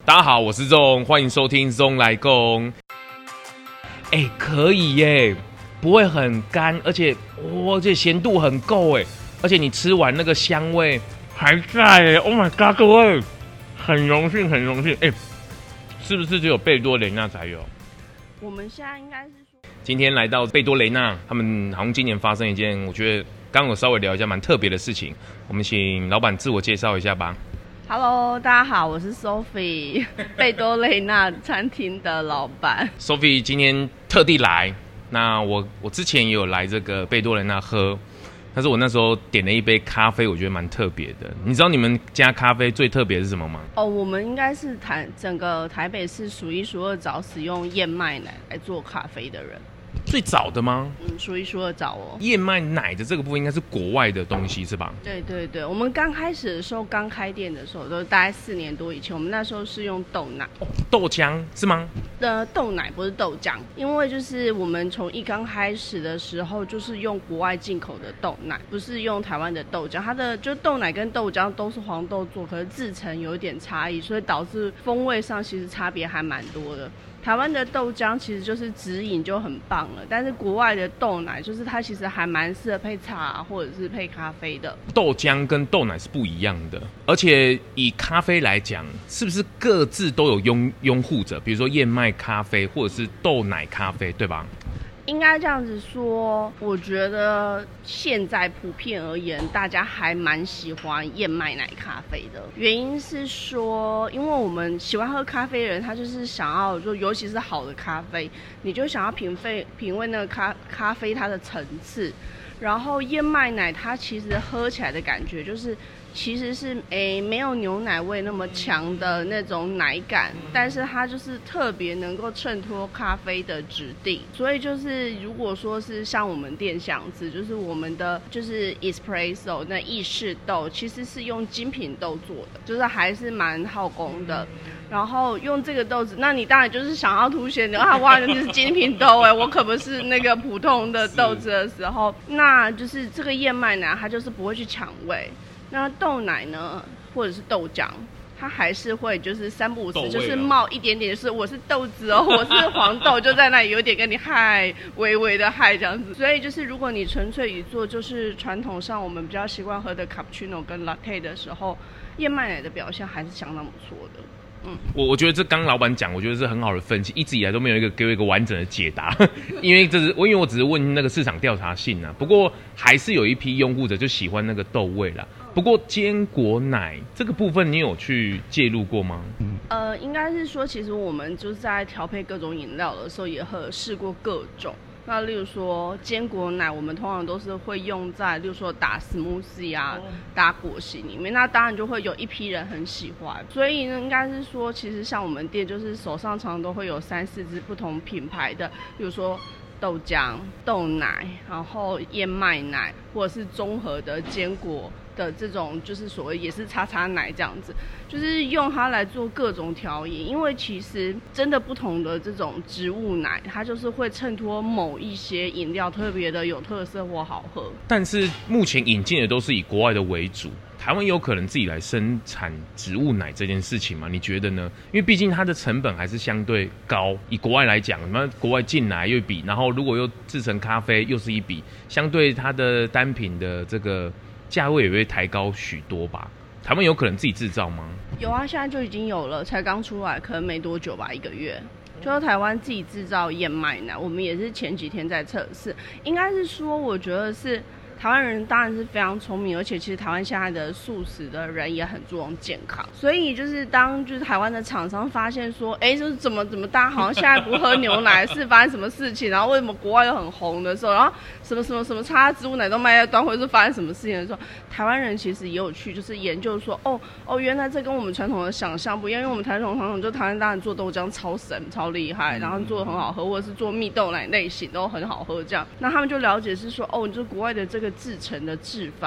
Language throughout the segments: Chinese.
大家好，我是钟，欢迎收听钟来共。可以耶，不会很干，而且咸度很够耶，而且你吃完那个香味还在耶。Oh my god， 各位，很荣幸，很荣幸。是不是只有贝多雷纳才有？ 我们现在应该是说， 今天来到贝多雷纳，他们好像今年发生一件，我觉得刚刚我稍微聊一下蛮特别的事情。我们请老板自我介绍一下吧。 Hello， 大家好，我是 Sophie， 贝多雷纳餐厅的老板。 Sophie 今天特地来，那我之前也有来这个贝多雷纳喝，但是我那时候点了一杯咖啡，我觉得蛮特别的。你知道你们家咖啡最特别的是什么吗？ 我们应该是整个台北市数一数二早使用燕麦奶来做咖啡的人。 最早的吗？ 数一数二早哦。 燕麦奶的这个部分应该是国外的东西是吧？ 对对对，我们刚开始的时候，刚开店的时候，都大概4年多以前，我们那时候是用豆奶。 豆浆是吗？ 豆奶不是豆浆，因为就是我们从刚开始的时候，就是用国外进口的豆奶，不是用台湾的豆浆。它的就豆奶跟豆浆都是黄豆做，可是制成有一点差异，所以导致风味上其实差别还蛮多的。台湾的豆浆其实就是直饮就很棒了，但是国外的豆奶就是它其实还蛮适合配茶或者是配咖啡的。 豆浆跟豆奶是不一样的，而且以咖啡来讲，是不是各自都有拥护者？比如说燕麦咖啡或者是豆奶咖啡，对吧？ 应该这样子说，我觉得现在普遍而言，大家还蛮喜欢燕麦奶咖啡的。原因是说，因为我们喜欢喝咖啡的人，他就是想要，就尤其是好的咖啡，你就想要品味那个咖啡它的层次。然后燕麦奶它其实喝起来的感觉就是其实是没有牛奶味那么强的那种奶感，但是它就是特别能够衬托咖啡的质地。所以就是如果说是像我们店这样子，就是我们的就是 espresso 那意式豆其实是用精品豆做的，就是还是蛮耗工的。然后用这个豆子，那你当然就是想要凸显的哇，那是精品豆我可不是那个普通的豆子的时候，那就是这个燕麦奶它就是不会去抢味。那豆奶呢，或者是豆浆，它还是会就是3不5时就是冒一点点，就是我是豆子哦，我是黄豆，就在那里有点跟你嗨，微微的嗨这样子。所以就是如果你纯粹以做就是传统上我们比较习惯喝的 cappuccino 跟 latte 的时候，燕麦奶的表现还是相当不错的。 我觉得这刚老板讲，我觉得是很好的分析，一直以来都没有给我一个完整的解答，因为我只是问那个市场调查性啊。不过还是有一批拥护者就喜欢那个豆味啦。不过坚果奶这个部分，你有去介入过吗？ 应该是说，其实我们就是在调配各种饮料的时候，也试过各种。那例如说坚果奶，我们通常都是会用在，例如说打 smoothie 啊，打果昔里面。那当然就会有一批人很喜欢，所以呢，应该是说，其实像我们店就是手上常常都会有3-4支不同品牌的，比如说豆浆、豆奶，然后燕麦奶，或者是综合的坚果的这种，就是所谓也是叉叉奶这样子，就是用它来做各种调饮。因为其实真的不同的这种植物奶，它就是会衬托某一些饮料特别的有特色或好喝。但是目前引进的都是以国外的为主，台湾有可能自己来生产植物奶这件事情吗？你觉得呢？因为毕竟它的成本还是相对高，以国外来讲，那国外进来又一笔，然后如果又制成咖啡又是一笔，相对它的单品的这个价位也会抬高许多吧？台湾有可能自己制造吗？ 有啊，现在就已经有了，才刚出来，可能没多久吧，1个月。就是台湾自己制造燕麦奶，我们也是前几天在测试。应该是说，我觉得是台湾人当然是非常聪明，而且其实台湾现在的素食的人也很注重健康，所以就是当就是台湾的厂商发现说，就是怎么大家好像现在不喝牛奶是发生什么事情，然后为什么国外又很红的时候，然后什么叉植物奶都卖在端，或者是发生什么事情的时候，台湾人其实也有去就是研究说，原来这跟我们传统的想象不一样，因为我们传统就台湾当然做豆浆超神超厉害，然后做得很好喝，或者是做蜜豆奶类型都很好喝这样，那他们就了解是说，就是国外的这个制成的制法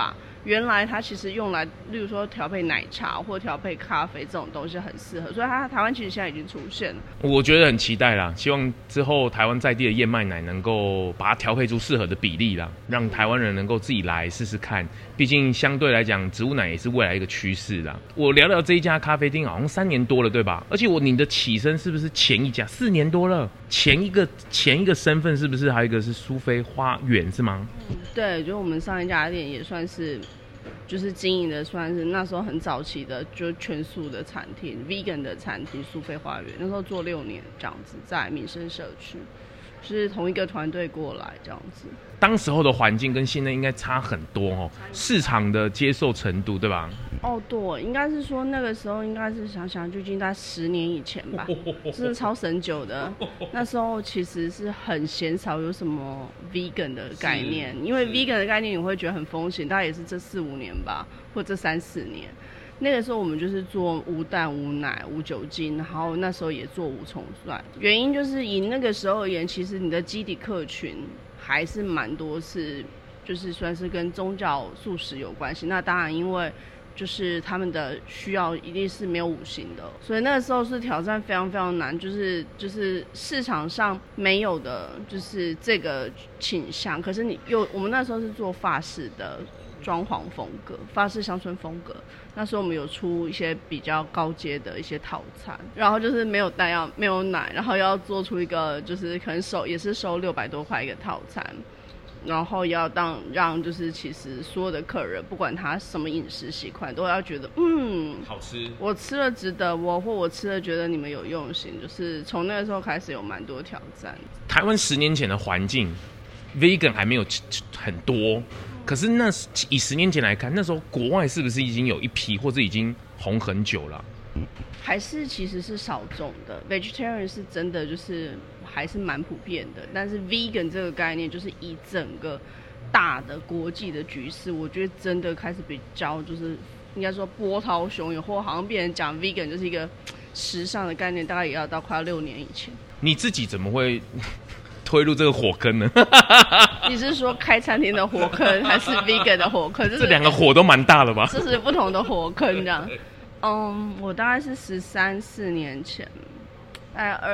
原来它其实用来，例如说调配奶茶或调配咖啡这种东西很适合，所以它台湾其实现在已经出现了。 我觉得很期待啦，希望之后台湾在地的燕麦奶能够把它调配出适合的比例啦，让台湾人能够自己来试试看。毕竟相对来讲，植物奶也是未来一个趋势啦。我聊聊这一家咖啡厅，好像3年多了，对吧？而且你的起身是不是前一家4年多了？前一个身份是不是还有一个是苏菲花园是吗？ 对，就我们上一家店也算是，就是经营的算是那时候很早期的，就全素的餐厅 ，vegan 的餐厅苏菲花园，那时候做6年这样子，在民生社区，是同一个团队过来这样子。 当时候的环境跟现在应该差很多哦，市场的接受程度，对吧？ 哦，对，应该是说那个时候应该是想就已经在10年以前吧，真的超神久的。那时候其实是很鲜少有什么 vegan 的概念，因为 vegan 的概念你会觉得很风险，大概也是这4、5年吧，或这3、4年。那个时候我们就是做无蛋、无奶、无酒精，然后那时候也做无虫蒜。原因就是以那个时候而言，其实你的基底客群还是蛮多是，就是算是跟宗教素食有关系。那当然因为就是他们的需要一定是没有5行的，所以那个时候是挑战非常非常难，就是市场上没有的，就是这个倾向。可是我们那时候是做法式的装潢风格，法式乡村风格。那时候我们有出一些比较高阶的一些套餐，然后就是没有蛋没有奶，然后要做出一个就是可能也是收600多块一个套餐。然后要让就是其实所有的客人不管他什么饮食习惯都要觉得好吃， 我吃了值得我吃了觉得你们有用心，就是从那个时候开始有蛮多挑战。 台湾10年前的环境 vegan 还没有很多，可是以10年前来看，那时候国外是不是已经有一批或者已经红很久了？ 还是其实是少众的 vegetarian 是真的就是还是蛮普遍的，但是 vegan 这个概念就是以整个大的国际的局势，我觉得真的开始比较就是应该说波涛汹涌，或好像别人讲 vegan 就是一个时尚的概念，大概也要到快要6年以前。 你自己怎么会推入这个火坑呢？ 你是说开餐厅的火坑还是 vegan 的火坑？ 这2个火都蛮大的吧？ 这是不同的火坑这样。我大概是13、14年前，大概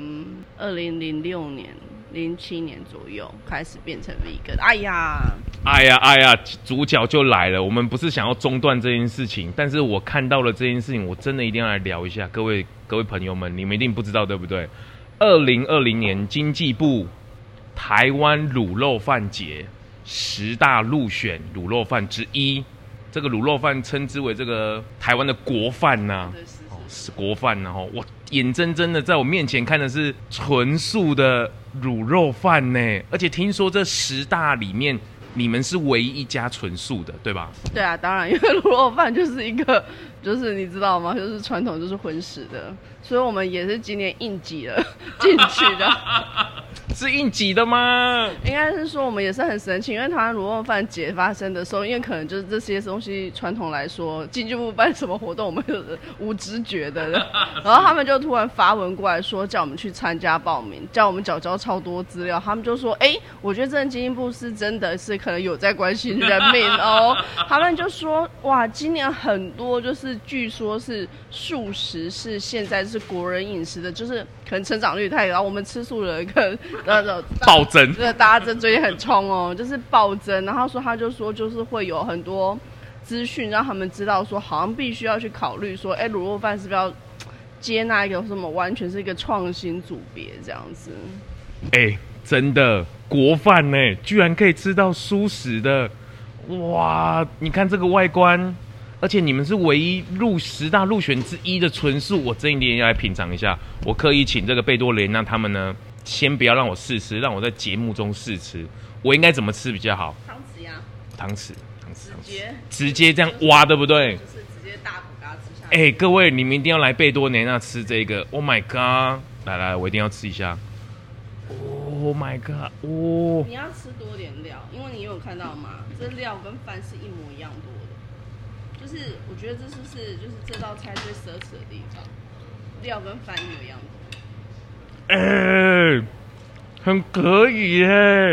2006年、07年左右开始变成 vegan。哎呀， 主角就来了。我们不是想要中断这件事情，但是我看到了这件事情，我真的一定要来聊一下。各位朋友们，你们一定不知道对不对？2020年经济部台湾卤肉饭节10大入选卤肉饭之一。这个卤肉饭称之为这个台湾的国饭呐，是国饭呐。我眼睁睁的在我面前看的是纯素的卤肉饭呢，而且听说这10大里面你们是唯一一家纯素的，对吧？ 对啊，当然，因为卤肉饭就是一个，就是你知道吗？就是传统就是荤食的，所以我们也是今年硬挤了进去的。 是硬挤的吗？ 应该是说我们也是很神奇，因为台湾卤肉饭节发生的时候，因为可能就是这些东西传统来说，经济部办什么活动，我们就是无知觉的，然后他们就突然发文过来说叫我们去参加报名，叫我们缴交超多资料，他们就说，我觉得这经济部是真的是可能有在关心人民哦，他们就说，哇，今年很多就是据说是素食是现在是国人饮食的，就是可能成长率太高，我们吃素的一个。 暴增， 大家最近很冲哦，就是暴增。然后他就说，就是会有很多资讯让他们知道说，好像必须要去考虑说，卤肉饭是不是要接纳一个什么完全是一个创新组别这样子。 真的国饭呢，居然可以吃到蔬食的，哇！你看这个外观，而且你们是唯一10大入选之一的纯素，我真一定要来品尝一下。我刻意请这个贝多莲让他们呢。先不要让我试吃，让我在节目中试吃。我应该怎么吃比较好？ 汤匙呀， 汤匙，直接这样挖，对不对？ 就是直接大口给它吃下去。 各位，你们一定要来贝多莲娜吃这个。Oh my god！ 来，我一定要吃一下。Oh my god！ 你要吃多点料，因为你有看到吗？这料跟饭是一模一样多的。就是我觉得这就是这道菜最奢侈的地方，料跟饭一模一样多。 很可以耶！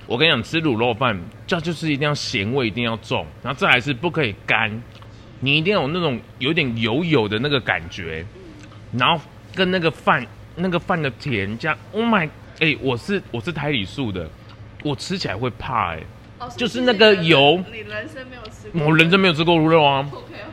我跟你讲，吃卤肉饭这就是一定要咸味一定要重，然后再来是不可以干，你一定要有那种有点油的那个感觉，然后跟那个饭的甜加 ，Oh my， 我是胎里素的，我吃起来会怕就是那个油。 你人生没有吃过？ 我人生没有吃过卤肉啊。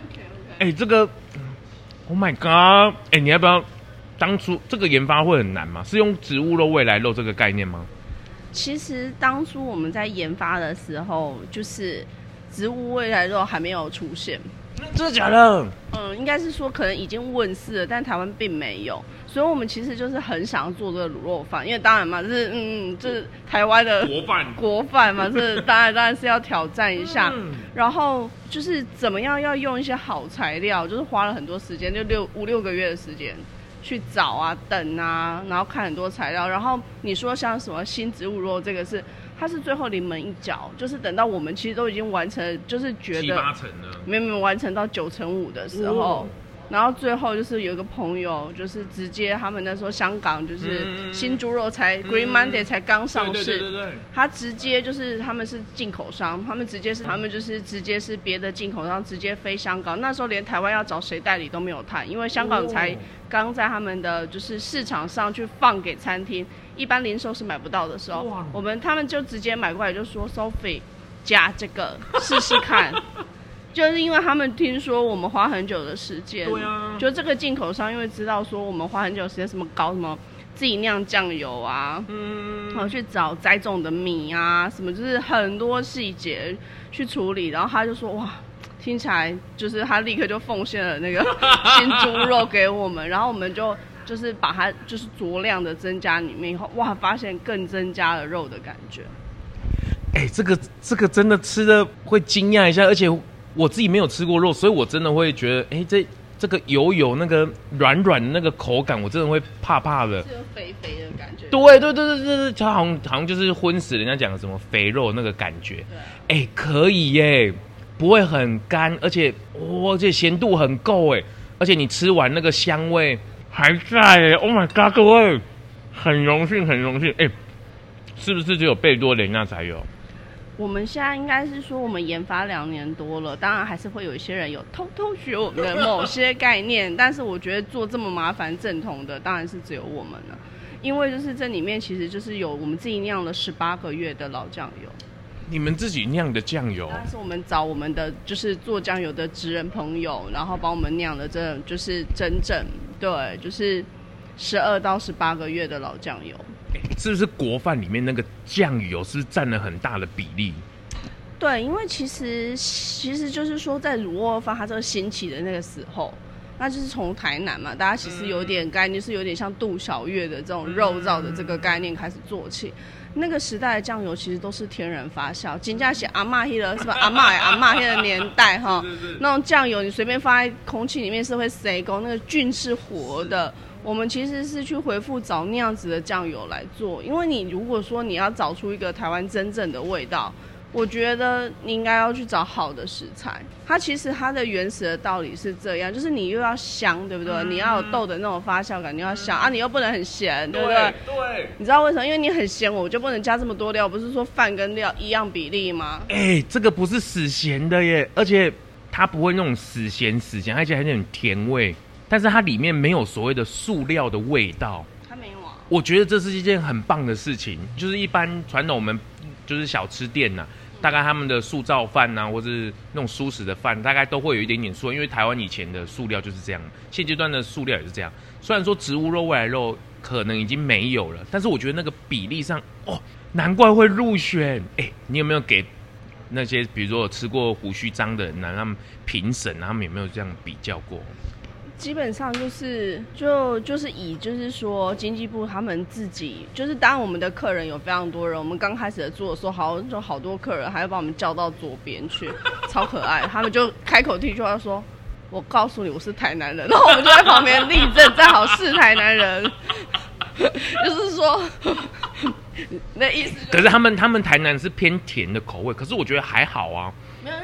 OK， 这个 ，Oh my god， 你要不要？当初这个研发会很难吗？是用植物肉未来肉这个概念吗？ 其实当初我们在研发的时候，就是植物未来肉还没有出现。 真的假的？ 应该是说可能已经问世了，但台湾并没有，所以我们其实就是很想要做这个卤肉饭，因为当然嘛，这是台湾的国饭嘛，这当然是要挑战一下。然后就是怎么样要用一些好材料，就是花了很多时间，就5、6个月的时间。去找啊、等啊，然后看很多材料。然后你说像什么新植物肉，这个它是最后临门一脚，就是等到我们其实都已经完成，就是觉得 7、8成了， 没有完成到9成5的时候。然后最后就是有一个朋友，就是直接他们那时候香港就是新猪肉才Green Monday 才刚上市， 对， 他直接就是他们是进口商，他们就是直接是别的进口商直接飞香港，那时候连台湾要找谁代理都没有谈，因为香港才刚在他们的就是市场上去放给餐厅，一般零售是买不到的时候，他们就直接买过来就说 Sophie 加这个试试看。就是因为他们听说我们花很久的时间， 对啊， 就这个进口商因为知道说我们花很久的时间，什么搞什么自己酿酱油啊，然后去找栽种的米啊，什么就是很多细节去处理，然后他就说哇，听起来就是他立刻就奉献了那个新猪肉给我们，然后我们就是把它就是酌量的增加里面以后，哇，发现更增加了肉的感觉。 这个真的吃的会惊讶一下，而且我自己没有吃过肉，所以我真的会觉得，这个油那个软的那个口感，我真的会怕的， 是有肥的感觉。 对，它好像就是荤食人家讲的什么肥肉那个感觉。可以耶，不会很干，而且咸度很够而且你吃完那个香味还在，Oh my god， 各位，很荣幸，是不是只有贝多雷纳才有？ 我们现在应该是说，我们研发2年多了，当然还是会有一些人有偷学我们的某些概念，但是我觉得做这么麻烦正统的，当然是只有我们了，因为就是这里面其实就是有我们自己酿了18个月的老酱油。 你们自己酿的酱油？ 但是我们找我们的就是做酱油的职人朋友，然后帮我们酿的，这就是真正对，就是12到18个月的老酱油。 是不是国饭里面那个酱油是不是占了很大的比例？ 对，因为其实就是说，在卤肉饭它这个兴起的那个时候，那就是从台南嘛，大家其实有点概念，就是有点像杜小月的这种肉燥的这个概念开始做起。那个时代的酱油其实都是天然发酵，真正是阿嬷那个是吧？阿嬷那个年代哈，那种酱油你随便放在空气里面是会塞工，那个菌是活的。我们其实是去回复找那样子的酱油来做，因为你如果说你要找出一个台湾真正的味道，我觉得你应该要去找好的食材。它其实它的原始的道理是这样，就是你又要香，对不对？你要有豆的那种发酵感，你要香啊，你又不能很咸，对不对？ 对。 你知道为什么？因为你很咸，我就不能加这么多料，不是说饭跟料一样比例吗？ 这个不是死咸的耶，而且它不会那种死咸，而且还有点甜味。但是它里面没有所谓的塑料的味道， 它没有啊。 我觉得这是一件很棒的事情，就是一般传统我们就是小吃店大概他们的素燥饭或是那种蔬食的饭，大概都会有一点点塑，因为台湾以前的塑料就是这样，现阶段的塑料也是这样。虽然说植物肉、未来肉可能已经没有了，但是我觉得那个比例上，难怪会入选。你有没有给那些比如说有吃过胡须章的人他们评审他们有没有这样比较过？ 基本上就是以就是说经济部他们自己就是当然我们的客人有非常多人，我们刚开始做的时候好多客人还要把我们叫到左边去，超可爱，他们就开口第一句话说：“我告诉你我是台南人。”然后我们就在旁边立正站好是台南人，就是说那意思、就是。 可是他们台南是偏甜的口味，可是我觉得还好啊。 没有，因为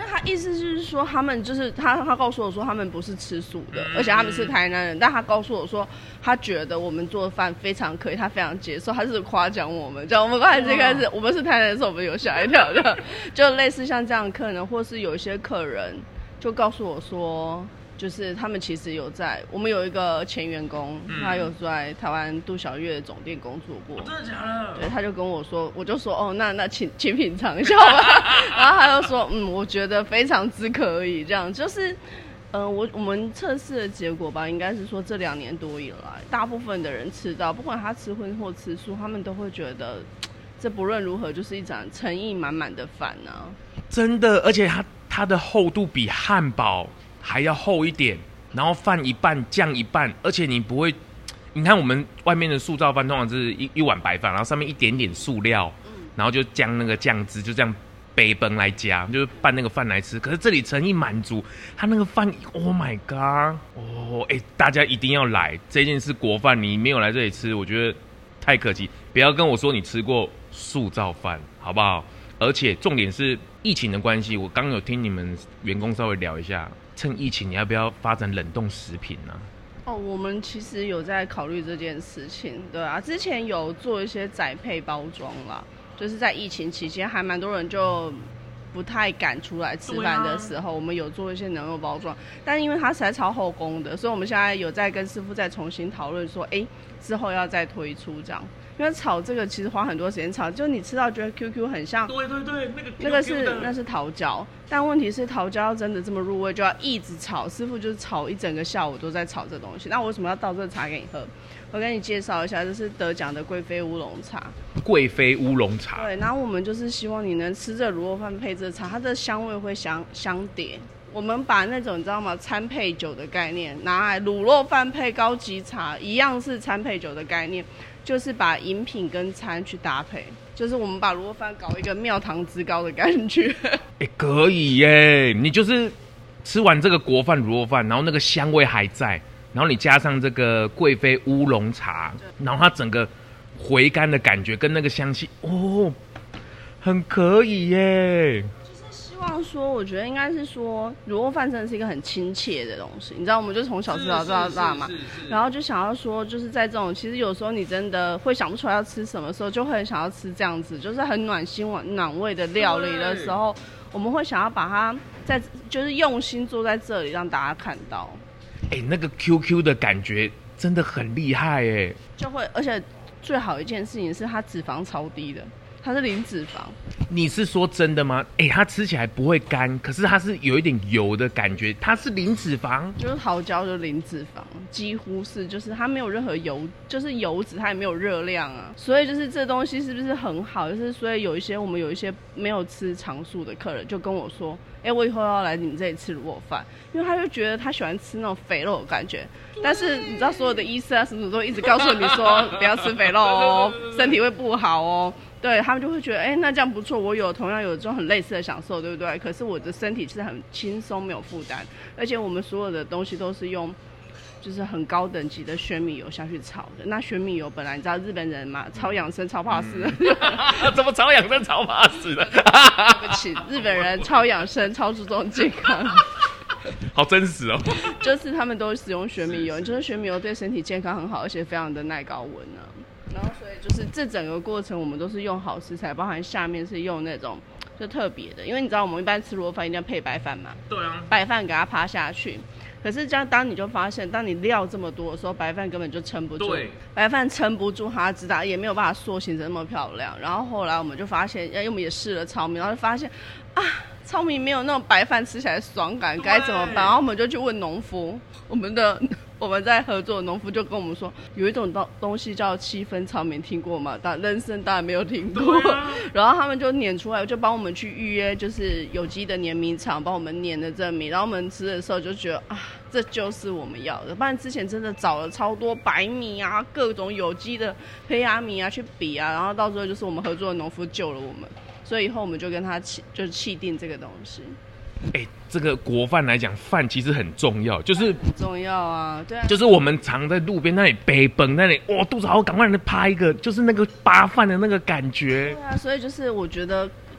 他意思就是说，他们就是他告诉我说，他们不是吃素的，而且他们是台南人，但他告诉我说，他觉得我们做的饭非常可以，他非常接受，他是夸奖我们，这样我们刚才最开始我们是台南人的时候，我们有吓一跳的，就类似像这样的客人，或是有一些客人就告诉我说。就是他们其实有在，我们有一个前员工，他有在台湾杜小月总店工作过。 真的假的？ 对，他就跟我说，我就说哦，那请品尝一下吧。然后他就说，我觉得非常之可以，这样就是，我们测试的结果吧，应该是说这2年多以来，大部分的人吃到，不管他吃荤或吃素，他们都会觉得，这不论如何就是一盏诚意满满的饭啊。真的，而且它的厚度比汉堡还要厚一点，然后饭一半酱一半，而且你不会，你看我们外面的素燥饭通常是一碗白饭，然后上面一点点素料，然后就将那个酱汁就这样杯崩来加，就是拌那个饭来吃。可是这里诚意满足，它那个饭 ，Oh my god， 哦，大家一定要来这件事国饭，你没有来这里吃，我觉得太可惜。不要跟我说你吃过素燥饭，好不好？而且重点是疫情的关系，我刚有听你们员工稍微聊一下。趁疫情，你要不要发展冷冻食品呢？ 我们其实有在考虑这件事情，对啊，之前有做一些宅配包装啦，就是在疫情期间，还蛮多人就不太敢出来吃饭的时候，我们有做一些牛肉包装，但因为它实在超后工的，所以我们现在有在跟师傅再重新讨论说，之后要再推出这样。因为炒这个其实花很多时间炒，就你吃到觉得 QQ 很像， 对， 那是桃胶，但问题是桃胶真的这么入味，就要一直炒，师傅就是炒一整个下午都在炒这东西。那我为什么要倒这个茶给你喝？我跟你介绍一下，这是得奖的贵妃乌龙茶。 贵妃乌龙茶。 对，然后我们就是希望你能吃这卤肉饭配这茶，它的香味会相叠。我们把那种你知道吗，餐配酒的概念拿来卤肉饭配高级茶，一样是餐配酒的概念。就是把饮品跟餐去搭配，就是我们把卤肉饭搞一个庙堂之高的感觉。 可以耶！你就是吃完这个国饭卤肉饭，然后那个香味还在，然后你加上这个贵妃乌龙茶，然后它整个回甘的感觉跟那个香气，很可以耶。 希望说，我觉得应该是说，卤肉饭真的是一个很亲切的东西。你知道，我们就从小吃到大嘛，然后就想要说，就是在这种其实有时候你真的会想不出来要吃什么时候，就会很想要吃这样子，就是很暖心暖胃的料理的时候，我们会想要把它就是用心做在这里，让大家看到。 那个 QQ 的感觉真的很厉害耶！ 就会，而且最好一件事情是它脂肪超低的。它是零脂肪。 你是说真的吗？它吃起来不会干，可是它是有一点油的感觉，它是零脂肪， 就是桃胶就零脂肪，几乎是就是它没有任何油，就是油脂它也没有热量啊，所以就是这东西是不是很好？就是所以我们有一些没有吃常素的客人就跟我说，我以后要来你们这里吃卤肉饭，因为他就觉得他喜欢吃那种肥肉的感觉，但是你知道所有的医生啊什么都一直告诉你说不要吃肥肉哦，身体会不好哦。对，他们就会觉得，那这样不错，我同样有这种很类似的享受，对不对？可是我的身体是很轻松，没有负担，而且我们所有的东西都是用，就是很高等级的玄米油下去炒的。那玄米油本来你知道日本人嘛，超养生、超怕死的， 怎么超养生、超怕死的？ 对不起，日本人超养生、超注重健康。 好真实哦！ 就是他们都使用玄米油，就是玄米油对身体健康很好，而且非常的耐高温啊。然后所以就是这整个过程我们都是用好食材，包含下面是用那种就特别的，因为你知道我们一般吃卤肉饭一定要配白饭嘛， 对啊， 白饭给它趴下去。可是这样当你就发现，当你料这么多的时候，白饭根本就撑不住， 对， 白饭撑不住它直达，也没有办法塑形成那么漂亮。然后后来我们就发现，因为我们也试了糙米，然后就发现啊，糙米没有那种白饭吃起来的爽感，该怎么办？然后我们就去问农夫，我们在合作的农夫就跟我们说，有一种东西叫7分糙米，听过吗？人生当然没有听过。然后他们就碾出来，就帮我们去预约，就是有机的碾米厂帮我们碾的这米。然后我们吃的时候就觉得啊，这就是我们要的。不然之前真的找了超多白米啊，各种有机的胚芽米啊去比啊，然后到最后就是我们合作的农夫救了我们，所以以后我们就跟他就是气定这个东西。 这个国饭来讲，饭其实很重要，就是很重要啊，对啊， 就是我们常在路边那里背崩那里，哇，肚子好，赶快来拍一个，就是那个扒饭的那个感觉。 对啊，所以就是我觉得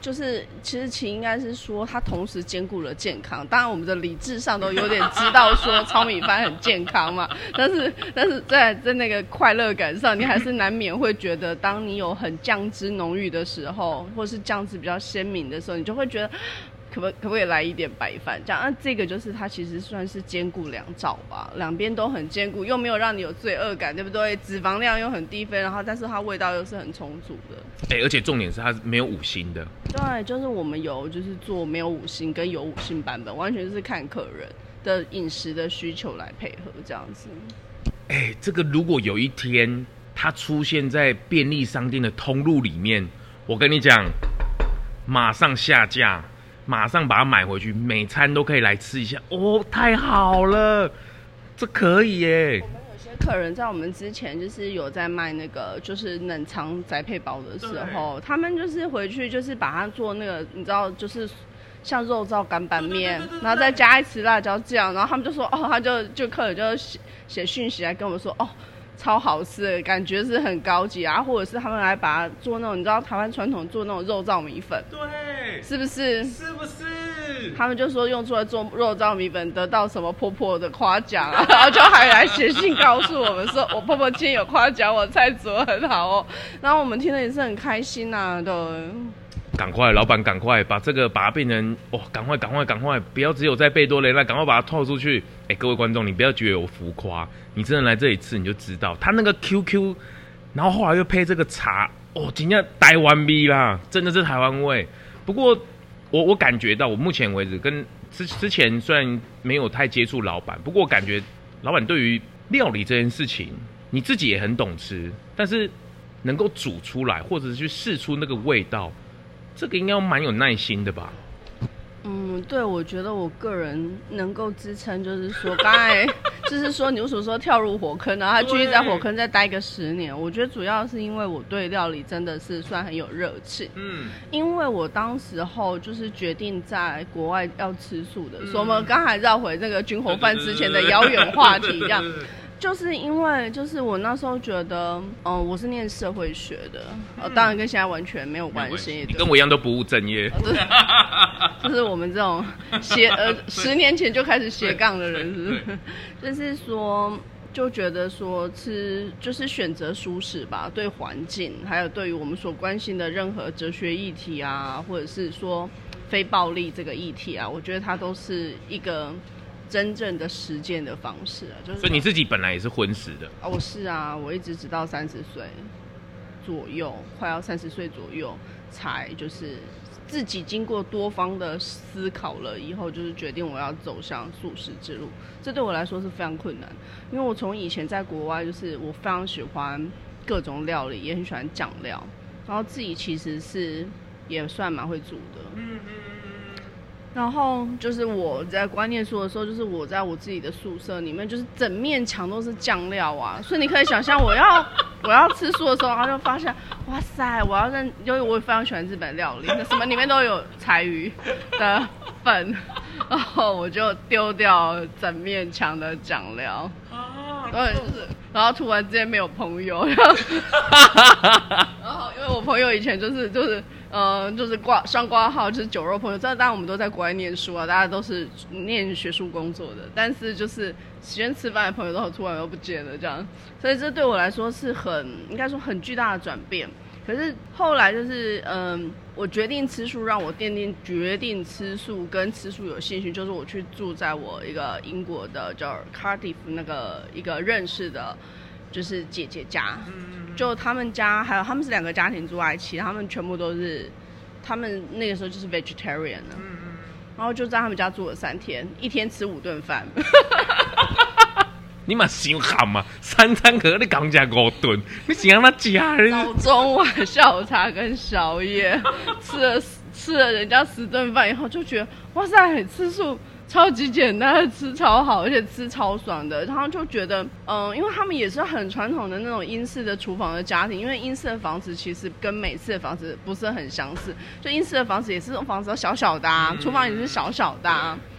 就是其实其应该是说，它同时兼顾了健康。当然，我们的理智上都有点知道说糙米饭很健康嘛，但是在那个快乐感上，你还是难免会觉得，当你有很酱汁浓郁的时候，或是酱汁比较鲜明的时候，你就会觉得。可不可以来一点白饭？这样，这个就是它其实算是兼顾两照吧，两边都很兼顾，又没有让你有罪恶感，对不对？脂肪量又很低分，然后但是它味道又是很充足的。 而且重点是它没有5星的。 对，就是我们就是做没有5星跟有5星版本，完全是看客人的饮食的需求来配合这样子。 这个如果有一天它出现在便利商店的通路里面，我跟你讲，马上下架。马上把它买回去，每餐都可以来吃一下哦，太好了，这可以耶。 我们有些客人在我们之前就是有在卖那个就是冷藏宅配包的时候，他们就是回去就是把它做那个，你知道就是像肉燥干拌面，然后再加一匙辣椒酱，然后他们就说哦，就客人就写讯息来跟我们说哦。超好吃的感觉是很高级啊，或者是他们来把它做那种，你知道台湾传统做那种肉燥米粉， 对， 是不是？ 是不是？ 他们就说用出来做肉燥米粉得到什么婆婆的夸奖啊，然后就还来写信告诉我们说，我婆婆今天有夸奖我菜煮得很好哦，然后我们听了也是很开心啊的。 赶快，老板，赶快把它变成赶快，不要只有在贝多雷那，赶快把它透出去。各位观众，你不要觉得我浮夸，你真的来这里吃你就知道，它那个 QQ， 然后后来又配这个茶，真的台湾味啦，真的是台湾味。不过我感觉到，我目前为止跟之前虽然没有太接触老板，不过我感觉老板对于料理这件事情，你自己也很懂吃，但是能够煮出来，或者是去试出那个味道。这个应该蛮有耐心的吧？ 对，我觉得我个人能够支撑，就是说，刚才就是说，你为什么说跳入火坑，然后他继续在火坑再待个10年？我觉得主要是因为我对料理真的是算很有热情。因为我当时候就是决定在国外要吃素的，所以我们刚才绕回那个军火饭之前的遥远话题一样。就是因为就是我那时候觉得，我是念社会学的，当然跟现在完全没有关系。 你跟我一样都不务正业， 就是我们这种10年前就开始斜杠的人是不是？就是说，就觉得说吃就是选择舒适吧，对环境，还有对于我们所关心的任何哲学议题啊，或者是说非暴力这个议题啊，我觉得它都是一个。真正的实践的方式啊，就是。所以你自己本来也是荤食的。 我是啊，我一直直到30岁左右，快要30岁左右，才就是自己经过多方的思考了以后，就是决定我要走向素食之路。这对我来说是非常困难，因为我从以前在国外，就是我非常喜欢各种料理，也很喜欢酱料，然后自己其实是也算蛮会煮的。然后就是我在国外念书的时候，就是我在我自己的宿舍里面，就是整面墙都是酱料啊，所以你可以想象我要吃素的时候，然后就发现，哇塞，因为我非常喜欢日本料理，什么里面都有柴鱼的粉，然后我就丢掉整面墙的酱料，对，就是，然后突然之间没有朋友，然后因为我朋友以前就是双挂号，就是酒肉朋友。这当然我们都在国外念书啊，大家都是念学术工作的，但是就是喜欢吃饭的朋友都突然都不见了这样，所以这对我来说是应该说很巨大的转变。可是后来就是我决定吃素，让我决定吃素跟吃素有兴趣，就是我去住在我一个英国的叫 Cardiff 那个一个认识的，就是姐姐家。就他们家还有他们是2个家庭住在一起，他们全部都是，他们那个时候就是 vegetarian 了，然后就在他们家住了3天，一天吃5顿饭。 你嘛想喊嘛，3餐可你讲吃5顿，你想让他加？ 早中晚下午茶跟宵夜，吃了人家10顿饭以后，就觉得哇塞，吃素。超级简单，吃超好，而且吃超爽的。然后就觉得，因为他们也是很传统的那种英式的厨房的家庭，因为英式的房子其实跟美式的房子不是很相似，就英式的房子也是这种房子小小的，厨房也是小小的。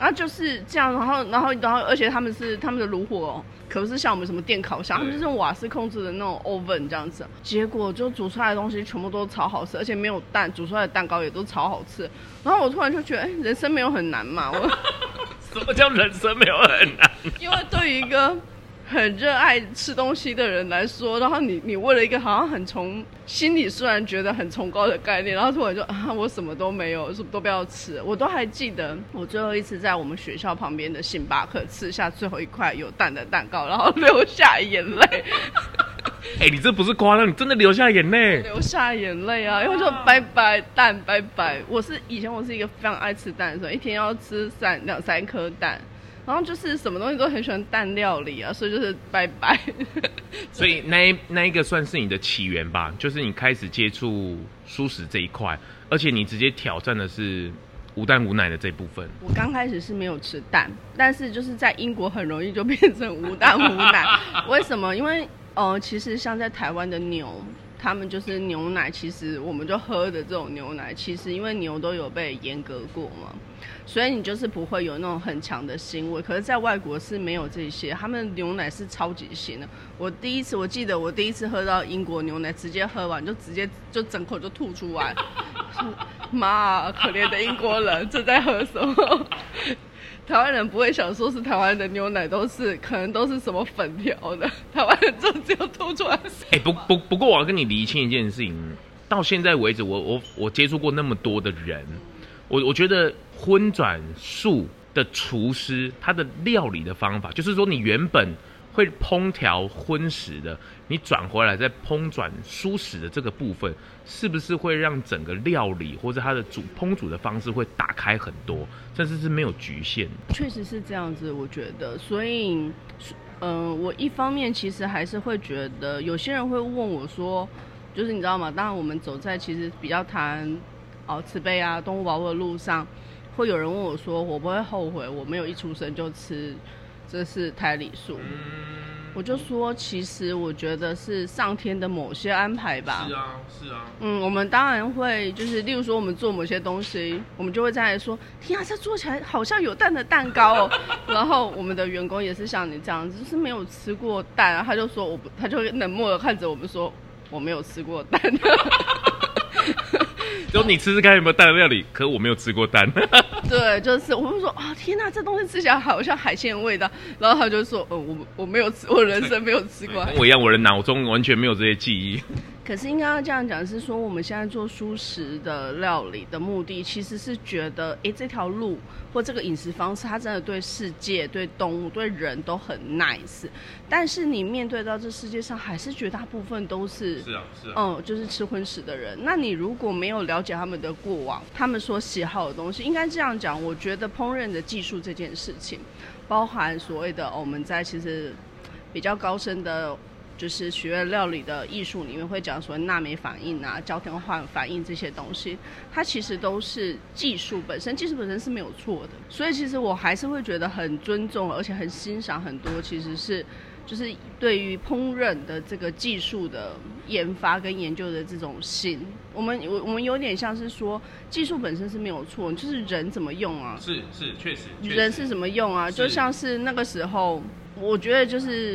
然后就是这样，然后，而且他们的炉火可不是像我们什么电烤箱，他们就是用瓦斯控制的那种 oven 这样子，结果就煮出来的东西全部都超好吃，而且没有蛋，煮出来的蛋糕也都超好吃。然后我突然就觉得，人生没有很难嘛。 什么叫人生没有很难？ 因为对于一个很热爱吃东西的人来说，然后你为了一个好像心里虽然觉得很崇高的概念，然后突然就我什么都没有，什么都不要吃。我都还记得我最后一次在我们学校旁边的星巴克吃下最后一块有蛋的蛋糕，然后流下眼泪。 你这不是夸张，你真的流下眼泪。 流下眼泪啊！因为就拜拜蛋，拜拜。以前我是一个非常爱吃蛋的时候，一天要吃两三颗蛋。然后就是什么东西都很喜欢蛋料理啊，所以就是拜拜。 所以那一个算是你的起源吧，就是你开始接触蔬食这一块，而且你直接挑战的是无蛋无奶的这部分。 我刚开始是没有吃蛋，但是就是在英国很容易就变成无蛋无奶。为什么？因为其实像在台湾的牛，他们就是牛奶，其实我们就喝的这种牛奶，其实因为牛都有被阉割过嘛，所以你就是不会有那种很强的腥味。可是在外国是没有这些，他们牛奶是超级腥的。我记得我第一次喝到英国牛奶，直接喝完就直接就整口就吐出来。妈，可怜的英国人，这在喝什么？台湾人不会想说是台湾的牛奶可能都是什么粉条的，台湾人就只有吐出来。 不过我要跟你厘清一件事情，到现在为止，我接触过那么多的人，我觉得荤转素的厨师，他的料理的方法，就是说你原本会烹调荤食的，你转回来再烹转蔬食的这个部分，是不是会让整个料理或者它的烹煮的方式会打开很多，甚至是没有局限？ 确实是这样子，我觉得。所以，我一方面其实还是会觉得，有些人会问我说，就是你知道吗？当然我们走在其实比较谈慈悲啊、动物保护的路上，会有人问我说，我不会后悔我没有一出生就吃这是胎里素。我就说，其实我觉得是上天的某些安排吧。 是啊。 我们当然会，就是例如说我们做某些东西，我们就会在那里说，天啊，这做起来好像有蛋的蛋糕哦。然后我们的员工也是像你这样子，就是没有吃过蛋，然后他就说他就冷漠的看着我们说，我没有吃过蛋。 就你吃吃看有没有蛋的料理，可我没有吃过蛋。 对，就是我们说天哪，这东西吃起来好像海鲜味道。然后他就说，我没有吃，我人生没有吃过。 跟我一样，我的脑中完全没有这些记忆。 可是应该要这样讲，是说我们现在做蔬食的料理的目的，其实是觉得，这条路或这个饮食方式，它真的对世界、对动物、对人都很 nice。但是你面对到这世界上，还是绝大部分都是就是吃荤食的人。那你如果没有了解他们的过往，他们所喜好的东西，应该这样讲，我觉得烹饪的技术这件事情，包含所谓的我们在其实比较高深的。就是学料理的艺术里面会讲所谓纳美反应啊、焦糖化反应这些东西，它其实都是技术本身是没有错的。所以其实我还是会觉得很尊重，而且很欣赏很多其实是就是对于烹饪的这个技术的研发跟研究的这种心。我们有点像是说，技术本身是没有错，就是人怎么用啊？ 是确实。 人是怎么用啊？就像是那个时候，我觉得就是。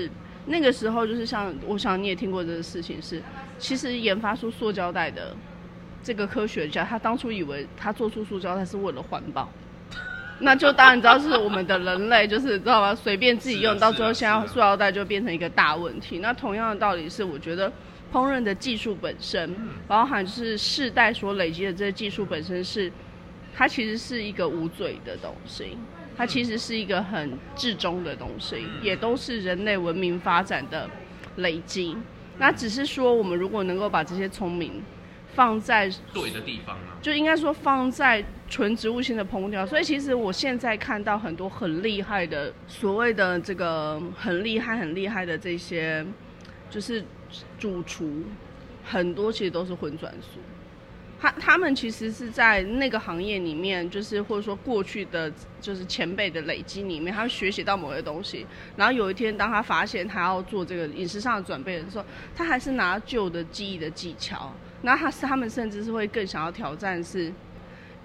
那个时候就是像，我想你也听过这个事情是，其实研发出塑胶袋的这个科学家，他当初以为他做出塑胶袋是为了环保，那就当然你知道是我们的人类就是知道吗？随便自己用，到最后现在塑胶袋就变成一个大问题。那同样的道理是，我觉得烹饪的技术本身，包含就是世代所累积的这个技术本身是，它其实是一个无嘴的东西。它其实是一个很至中的东西，也都是人类文明发展的累积。那只是说，我们如果能够把这些聪明放在对的地方啊， 就应该说放在纯植物性的烹调。所以其实我现在看到很多很厉害的所谓的这个很厉害的这些就是主厨，很多其实都是荤转素。他们其实是在那个行业里面，就是或者说过去的就是前辈的累积里面，他学习到某些东西，然后有一天当他发现他要做这个饮食上的转变的时候，他还是拿旧的记忆的技巧，那他们甚至是会更想要挑战是，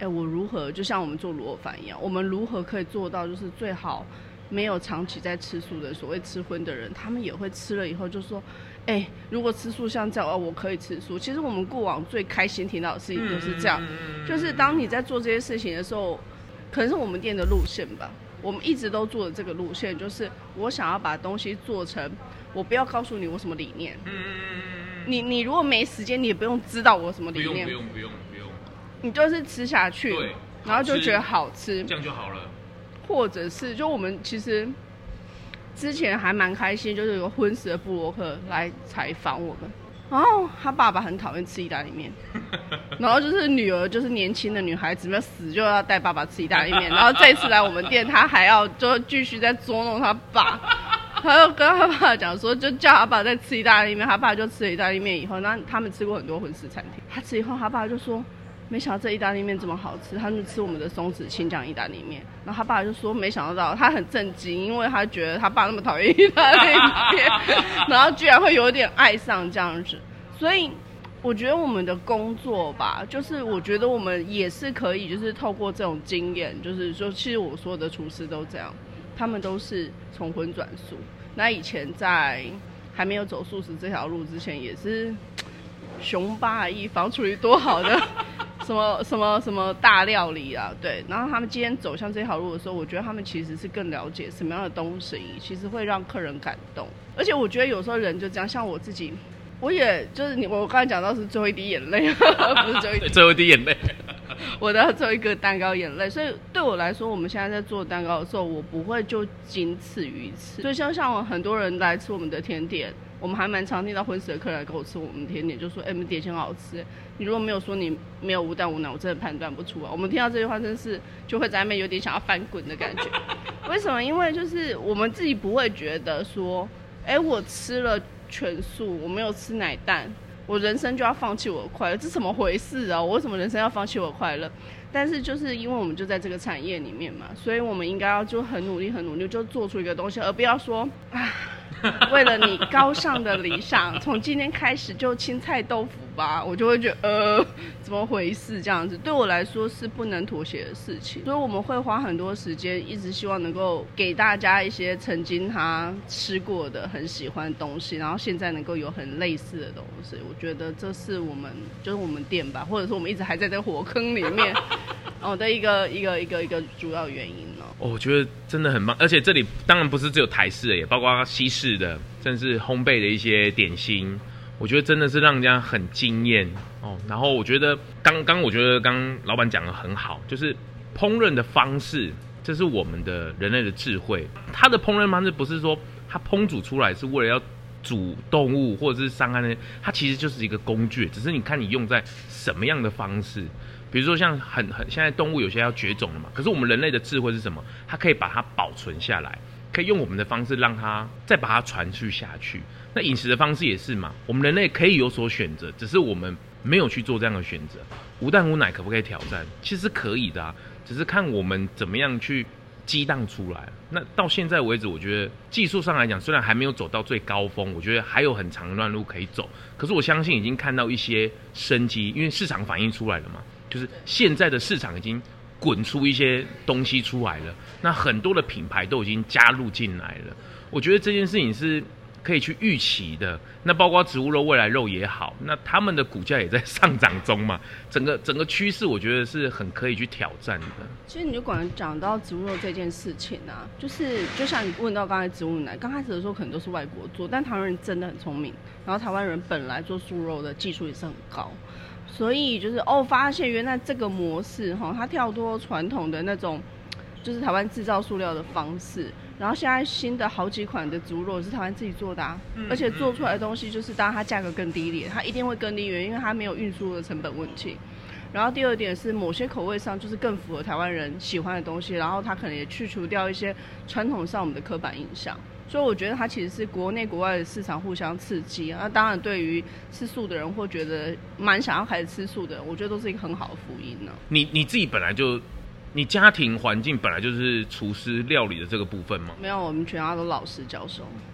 我如何就像我们做卤肉饭一样，我们如何可以做到就是最好没有长期在吃素的所谓吃荤的人，他们也会吃了以后就说，如果吃素像这样我可以吃素。其实我们过往最开心听到的事情就是这样，就是当你在做这些事情的时候，可能是我们店的路线吧，我们一直都做的这个路线，就是我想要把东西做成，我不要告诉你我什么理念，你如果没时间，你也不用知道我什么理念， 不用， 你就是吃下去， 对， 然后就觉得好吃， 这样就好了。 或者是就我们其实之前还蛮开心，就是有个荤食的部落客来采访我们，然后他爸爸很讨厌吃意大利面，然后就是女儿就是年轻的女孩子，没有死就要带爸爸吃意大利面，然后这次来我们店，他还要就继续在捉弄他爸，他就跟他爸讲说，就叫他爸再吃意大利面，他爸就吃了意大利面以后，那他们吃过很多荤食餐厅，他吃以后，他爸就说，没想到这意大利面这么好吃，他们吃我们的松子青酱意大利面，然后他爸就说没想到，他很震惊，因为他觉得他爸那么讨厌意大利面，然后居然会有点爱上这样子，所以我觉得我们的工作吧，就是我觉得我们也是可以，就是透过这种经验，就是说，其实我所有的厨师都这样，他们都是从荤转素。那以前在还没有走素食这条路之前，也是雄霸一方，处于多好的什么大料理啊，对。然后他们今天走向这条路的时候，我觉得他们其实是更了解什么样的东西，其实会让客人感动。而且我觉得有时候人就这样，像我自己，我也就是我刚才讲到是最后一滴眼泪，不是最后一滴眼泪。 我的最后一个蛋糕眼泪，所以对我来说，我们现在在做蛋糕的时候，我不会就仅此于此。所以像很多人来吃我们的甜点，我们还蛮常听到荤食的客人来跟我吃我们的甜点，就说：“我们点心很好吃。”你如果没有说你没有无蛋无奶，我真的判断不出来。我们听到这句话，真是就会在那边有点想要翻滚的感觉。为什么？因为就是我们自己不会觉得说，我吃了全素，我没有吃奶蛋，我人生就要放弃我的快乐，这怎么回事啊？我为什么人生要放弃我的快乐？但是就是因为我们就在这个产业里面嘛，所以我们应该要就很努力，就做出一个东西，而不要说为了你高尚的理想，从今天开始就青菜豆腐吧，我就会觉得怎么回事这样子，对我来说是不能妥协的事情，所以我们会花很多时间，一直希望能够给大家一些曾经他吃过的很喜欢的东西，然后现在能够有很类似的东西，我觉得这是我们就是我们店吧，或者是我们一直还在这个火坑里面的一个主要原因哦。 我觉得真的很棒，而且这里当然不是只有台式的，也包括西式的，甚至烘焙的一些点心，我觉得真的是让人家很惊艳哦。然后我觉得我觉得刚老板讲的很好，就是烹饪的方式，这是我们的人类的智慧。它的烹饪方式不是说它烹煮出来是为了要煮动物或者是伤害那些，它其实就是一个工具，只是你看你用在什么样的方式。比如说像现在动物有些要绝种了嘛，可是我们人类的智慧是什么？它可以把它保存下来，可以用我们的方式让它再把它传续下去。那饮食的方式也是嘛，我们人类可以有所选择，只是我们没有去做这样的选择。无蛋无奶可不可以挑战？其实可以的啊，只是看我们怎么样去激荡出来。那到现在为止，我觉得技术上来讲，虽然还没有走到最高峰，我觉得还有很长一段路可以走。可是我相信已经看到一些生机，因为市场反映出来了嘛。就是现在的市场已经滚出一些东西出来了，那很多的品牌都已经加入进来了。我觉得这件事情是可以去预期的。那包括植物肉、未来肉也好，那他们的股价也在上涨中嘛。整个趋势，我觉得是很可以去挑战的。 其实你就讲到植物肉这件事情啊，就像你问到刚才植物奶，刚开始的时候可能都是外国做，但台湾人真的很聪明，然后台湾人本来做素肉的技术也是很高。所以就是发现原来这个模式它跳脱传统的那种，就是台湾制造塑料的方式，然后现在新的好几款的植物肉是台湾自己做的而且做出来的东西就是当然它价格更低廉，它一定会更低廉，因为它没有运输的成本问题。然后第二点是某些口味上就是更符合台湾人喜欢的东西，然后它可能也去除掉一些传统上我们的刻板印象。所以我觉得它其实是国内国外的市场互相刺激那当然对于吃素的人或觉得蛮想要开始吃素的人，我觉得都是一个很好的福音呢。 你自己本来就，你家庭环境本来就是厨师料理的这个部分吗？ 没有，我们全家都老师教授。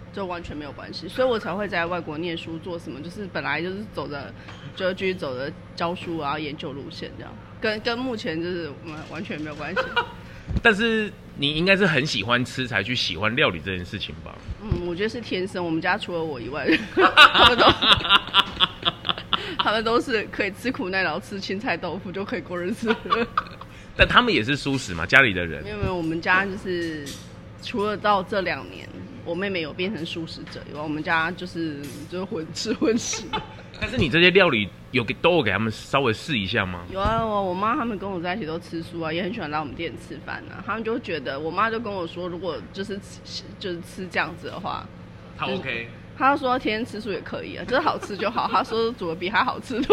就完全没有关系，所以我才会在外国念书，做什么就是本来就是就继续走着教书啊研究路线这样，跟目前就是我们完全没有关系。 但是你应该是很喜欢吃才去喜欢料理这件事情吧？ 我觉得是天生，我们家除了我以外，他们都是可以吃苦耐劳，吃青菜豆腐就可以过日子。 但他们也是素食嘛，家里的人？ 没有，我们家就是除了到这2年，我妹妹有变成素食者以外，我们家就是吃荤食。 但是你这些料理都有给他们稍微试一下吗？ 有啊，我妈他们跟我在一起都吃素啊，也很喜欢来我们店吃饭啊。他们就觉得，我妈就跟我说，如果就是吃这样子的话， 他 OK。 他说天天吃素也可以啊，就是好吃就好。他说煮的比他好吃。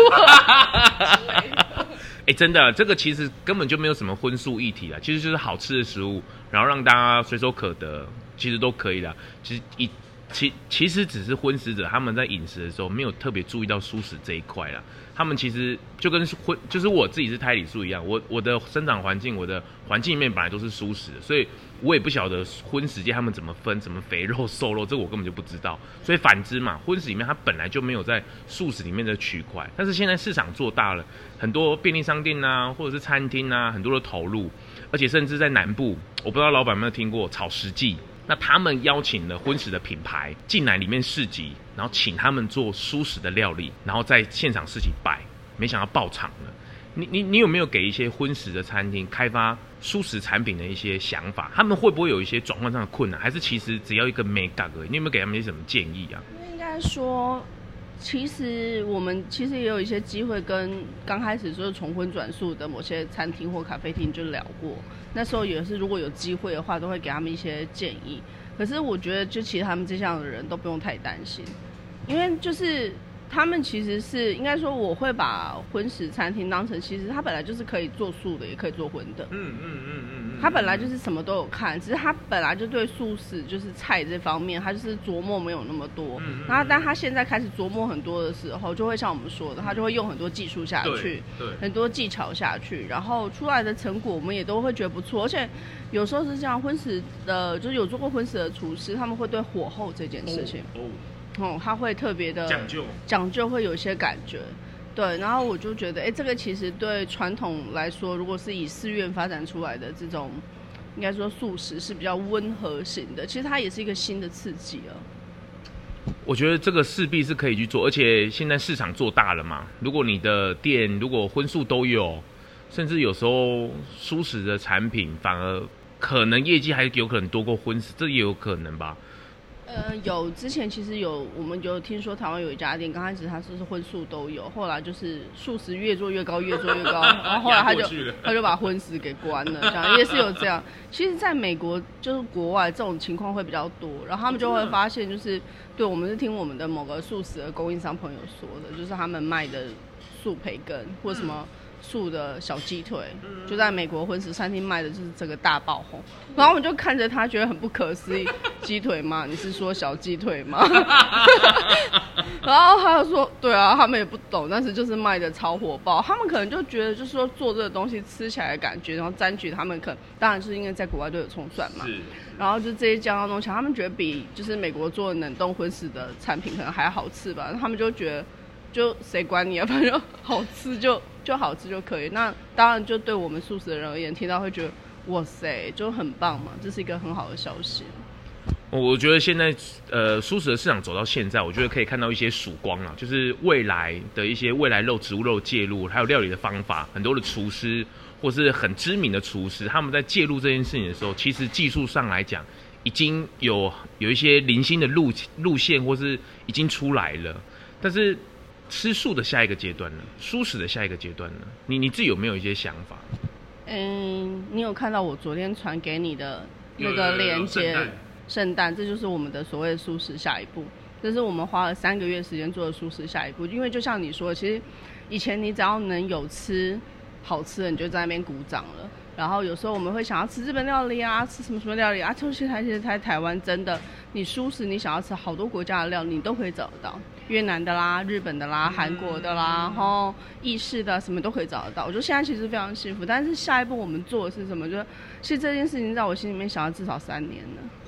真的，这个其实根本就没有什么荤素议题啊，其实就是好吃的食物，然后让大家随手可得，其实都可以的。其实只是荤食者他们在饮食的时候没有特别注意到素食这一块啦。他们其实就跟就是我自己是胎里素一样，我的生长环境，我的环境里面本来都是素食的，所以我也不晓得荤食界他们怎么分，怎么肥肉瘦肉，这个我根本就不知道。所以反之嘛，荤食里面它本来就没有在素食里面的区块，但是现在市场做大了，很多便利商店啊，或者是餐厅啊，很多的投入，而且甚至在南部，我不知道老板有没有听过草食记。那他们邀请了荤食的品牌进来里面市集，然后请他们做素食的料理，然后在现场市集摆，没想到爆场了。你有没有给一些荤食的餐厅开发素食产品的一些想法？他们会不会有一些转换上的困难？还是其实只要一个美感而已？你有没有给他们一些什么建议啊？ 应该说，其实我们也有一些机会跟刚开始就是从荤转素的某些餐厅或咖啡厅就聊过，那时候也是如果有机会的话，都会给他们一些建议。可是我觉得，就其实他们这样的人都不用太担心，因为就是他们其实是应该说，我会把荤食餐厅当成，其实他本来就是可以做素的，也可以做荤的。他本来就是什么都有看，只是他本来就对素食就是菜这方面，他就是琢磨没有那么多。然后，但他现在开始琢磨很多的时候，就会像我们说的，他就会用很多技术下去，很多技巧下去，然后出来的成果我们也都会觉得不错。而且有时候是这样，荤食的，就是有做过荤食的厨师，他们会对火候这件事情，他会特别的讲究，会有一些感觉。对，然后我就觉得，这个其实对传统来说，如果是以寺院发展出来的这种，应该说素食是比较温和型的，其实它也是一个新的刺激了。 我觉得这个势必是可以去做，而且现在市场做大了嘛，如果你的店如果荤素都有，甚至有时候素食的产品反而可能业绩还有可能多过荤食，这也有可能吧。 有之前其实我们有听说台湾有一家店，刚开始它是荤素都有，后来就是素食越做越高，越做越高，然后后来他就把荤食给关了，这样也是有这样。其实在美国就是国外这种情况会比较多，然后他们就会发现就是对，我们是听我们的某个素食的供应商朋友说的，就是他们卖的素培根或什么素的小鸡腿，就在美国荤食餐厅卖的就是这个大爆红，然后我们就看着他觉得很不可思议，鸡腿吗？你是说小鸡腿吗？然后他就说，对啊，他们也不懂，但是就是卖的超火爆，他们可能就觉得就是说做这个东西吃起来的感觉，然后沾取他们当然是因为在国外都有葱蒜嘛，然后就这些酱料东西，他们觉得比就是美国做的冷冻荤食的产品可能还好吃吧，他们就觉得就谁管你啊，反正好吃就好吃就可以。那当然就对我们素食的人而言，听到会觉得哇塞，就很棒嘛，这是一个很好的消息。 我觉得现在素食的市场走到现在，我觉得可以看到一些曙光啊，就是未来的一些未来植物肉介入，还有料理的方法，很多的厨师或是很知名的厨师，他们在介入这件事情的时候，其实技术上来讲已经有一些零星的路线，或是已经出来了。但是吃素的下一个阶段呢？素食的下一个阶段呢？你自己有没有一些想法？ 你有看到我昨天传给你的那个链接？圣诞，这就是我们的所谓的素食下一步。这是我们花了3个月时间做的素食下一步。因为就像你说的，其实以前你只要能有吃好吃的，你就在那边鼓掌了。然后有时候我们会想要吃日本料理啊，吃什么料理啊，其实在台湾真的，你素食你想要吃好多国家的料理，你都可以找得到，越南的啦、日本的啦、韩国的啦，然后意式的什么都可以找得到。我觉得现在其实非常幸福，但是下一步我们做的是什么？就是其实这件事情在我心里面想要至少3年了。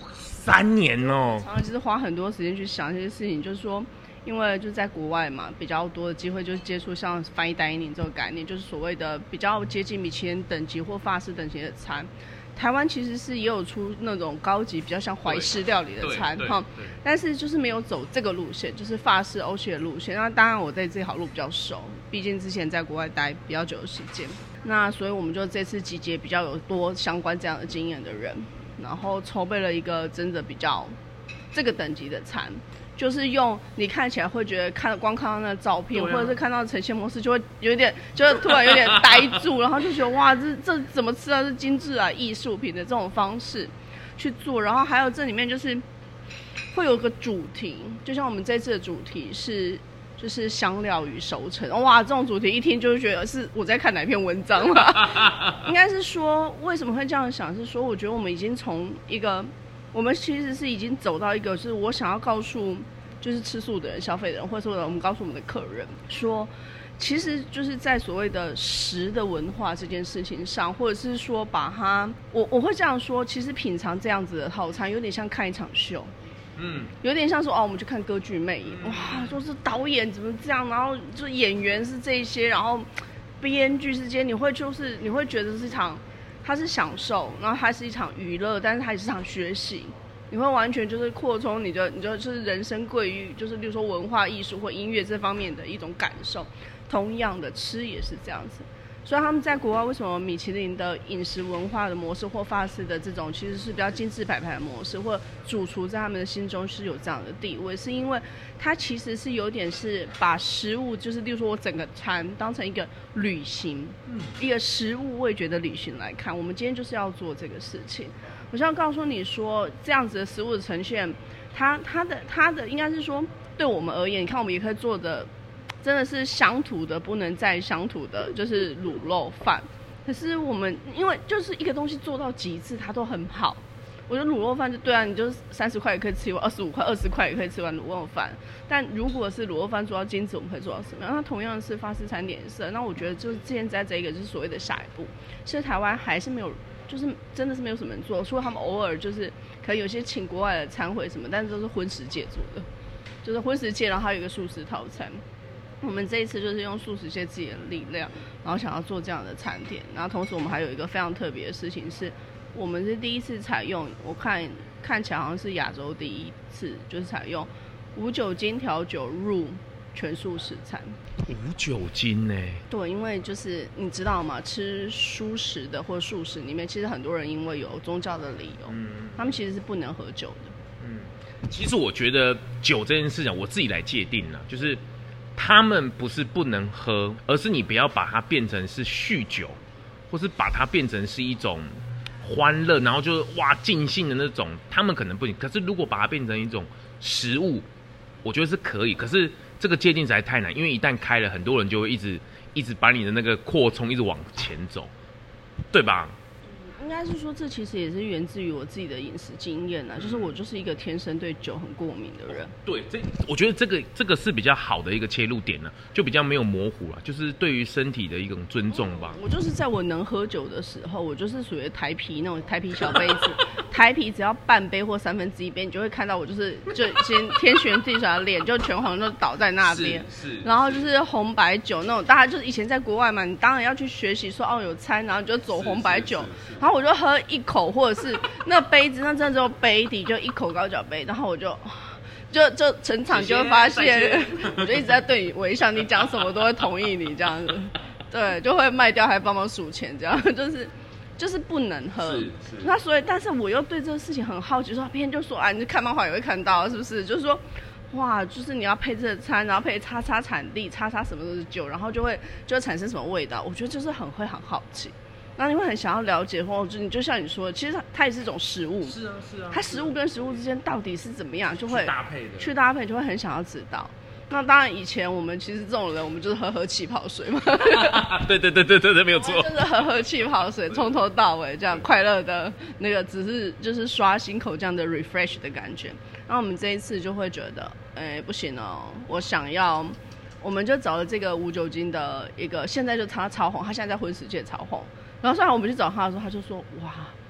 3年哦， 常常其实花很多时间去想这些事情，就是说，因为就在国外嘛，比较多的机会就是接触像 fine dining 这个概念，就是所谓的比较接近米其林等级或法式等级的餐。台湾其实是也有出那种高级比较像怀式料理的餐哈，但是就是没有走这个路线，就是法式欧式的路线。那当然我对这条路比较熟，毕竟之前在国外待比较久的时间，那所以我们就这次集结比较有多相关这样的经验的人，然后筹备了一个真的比较这个等级的餐。就是用你看起来会觉得光看到那个照片，或者是看到呈现模式，就会有点，就是突然有点呆住，然后就觉得哇，这怎么吃到是精致啊艺术品的这种方式去做，然后还有这里面就是会有个主题，就像我们这次的主题是就是香料与熟成，哇，这种主题一听就觉得是我在看哪篇文章了。应该是说为什么会这样想，是说我觉得我们已经从一个。我们其实是已经走到一个，是我想要告诉，就是吃素的人、消费者人，或者说我们告诉我们的客人，说，其实就是在所谓的食的文化这件事情上，或者是说把它，我会这样说，其实品尝这样子的套餐，有点像看一场秀，有点像说我们去看歌剧魅影，哇，就是导演怎么这样，然后就演员是这些，然后编剧之间，你会觉得是一场。它是享受，然后它是一场娱乐，但是它也是一场学习。你会完全就是扩充你就是人生贵于就是例如说文化艺术或音乐这方面的一种感受。同样的吃也是这样子。所以他们在国外为什么米其林的饮食文化的模式或法式的这种其实是比较金字牌的模式，或主厨在他们的心中是有这样的地位，是因为它其实是有点是把食物，就是例如说我整个餐当成一个旅行，一个食物味觉的旅行来看。我们今天就是要做这个事情。我想告诉你说，这样子的食物的呈现，它的应该是说，对我们而言，你看我们也可以做的。真的是乡土的不能再乡土的，就是卤肉饭。可是我们因为就是一个东西做到极致，它都很好。我觉得卤肉饭就对啊，你就30块也可以吃完，25块、20块也可以吃完卤肉饭。但如果是卤肉饭做到精致，我们可以做到什么样？那同样是法式餐点也是。那我觉得就是现在这一个就是所谓的下一步，其实台湾还是没有，就是真的是没有什么人做，除了他们偶尔就是可能有些请国外的餐会什么，但是都是荤食界做的，就是荤食界，然后还有一个素食套餐。我们这一次就是用素食界自己的力量，然后想要做这样的餐点。然后同时我们还有一个非常特别的事情是，我们是第一次采用，我看起来好像是亚洲第一次，就是采用无酒精调酒入全素食餐。 无酒精呢？对， 因为就是你知道吗？吃蔬食的或素食里面，其实很多人因为有宗教的理由，他们其实是不能喝酒的。 其实我觉得酒这件事情，我自己来界定了，就是。他们不是不能喝，而是你不要把它变成是酗酒，或是把它变成是一种欢乐，然后就是哇尽兴的那种。他们可能不行，可是如果把它变成一种食物，我觉得是可以。可是这个界定实在太难，因为一旦开了，很多人就会一直把你的那个扩充一直往前走，对吧？ 应该是说，这其实也是源自于我自己的饮食经验就是我就是一个天生对酒很过敏的人。 对，我觉得这个是比较好的一个切入点就比较没有模糊了，就是对于身体的一种尊重吧。 我就是在我能喝酒的时候，我就是属于台啤那种台啤小杯子，台啤只要半杯或1/3杯，你就会看到我就先天旋地转的脸就全黄就倒在那边。是。然后就是红白酒那种，大家就是以前在国外嘛，你当然要去学习说有餐，然后你就走红白酒，然后我就喝一口，或者是那杯子，那真的只有杯底，就一口高脚杯，然后我就整场就会发现，我就一直在对你微笑，你讲什么都会同意你这样子，对，就会卖掉还帮忙数钱这样，就是不能喝。那所以，但是我又对这个事情很好奇，说别人就说你看漫画也会看到，是不是？就是说。哇，就是你要配这个餐，然后配叉叉产地，叉叉什么都是酒，然后就会产生什么味道？我觉得就是很好奇，然后你会很想要了解，或者你就像你说的，其实它也是一种食物，是啊，它食物跟食物之间到底是怎么样，就会去搭配，就会很想要知道。那当然，以前我们其实这种人，我们就是喝气泡水嘛。 对，没有错， 就是喝气泡水，从头到尾这样快乐的那个，只是就是刷新口这样的 refresh 的感觉。然后我们这一次就会觉得，不行哦，我们就找了这个无酒精的一个，现在就他超红，他现在在婚食界超红。然后虽然我们去找他的时候，他就说哇，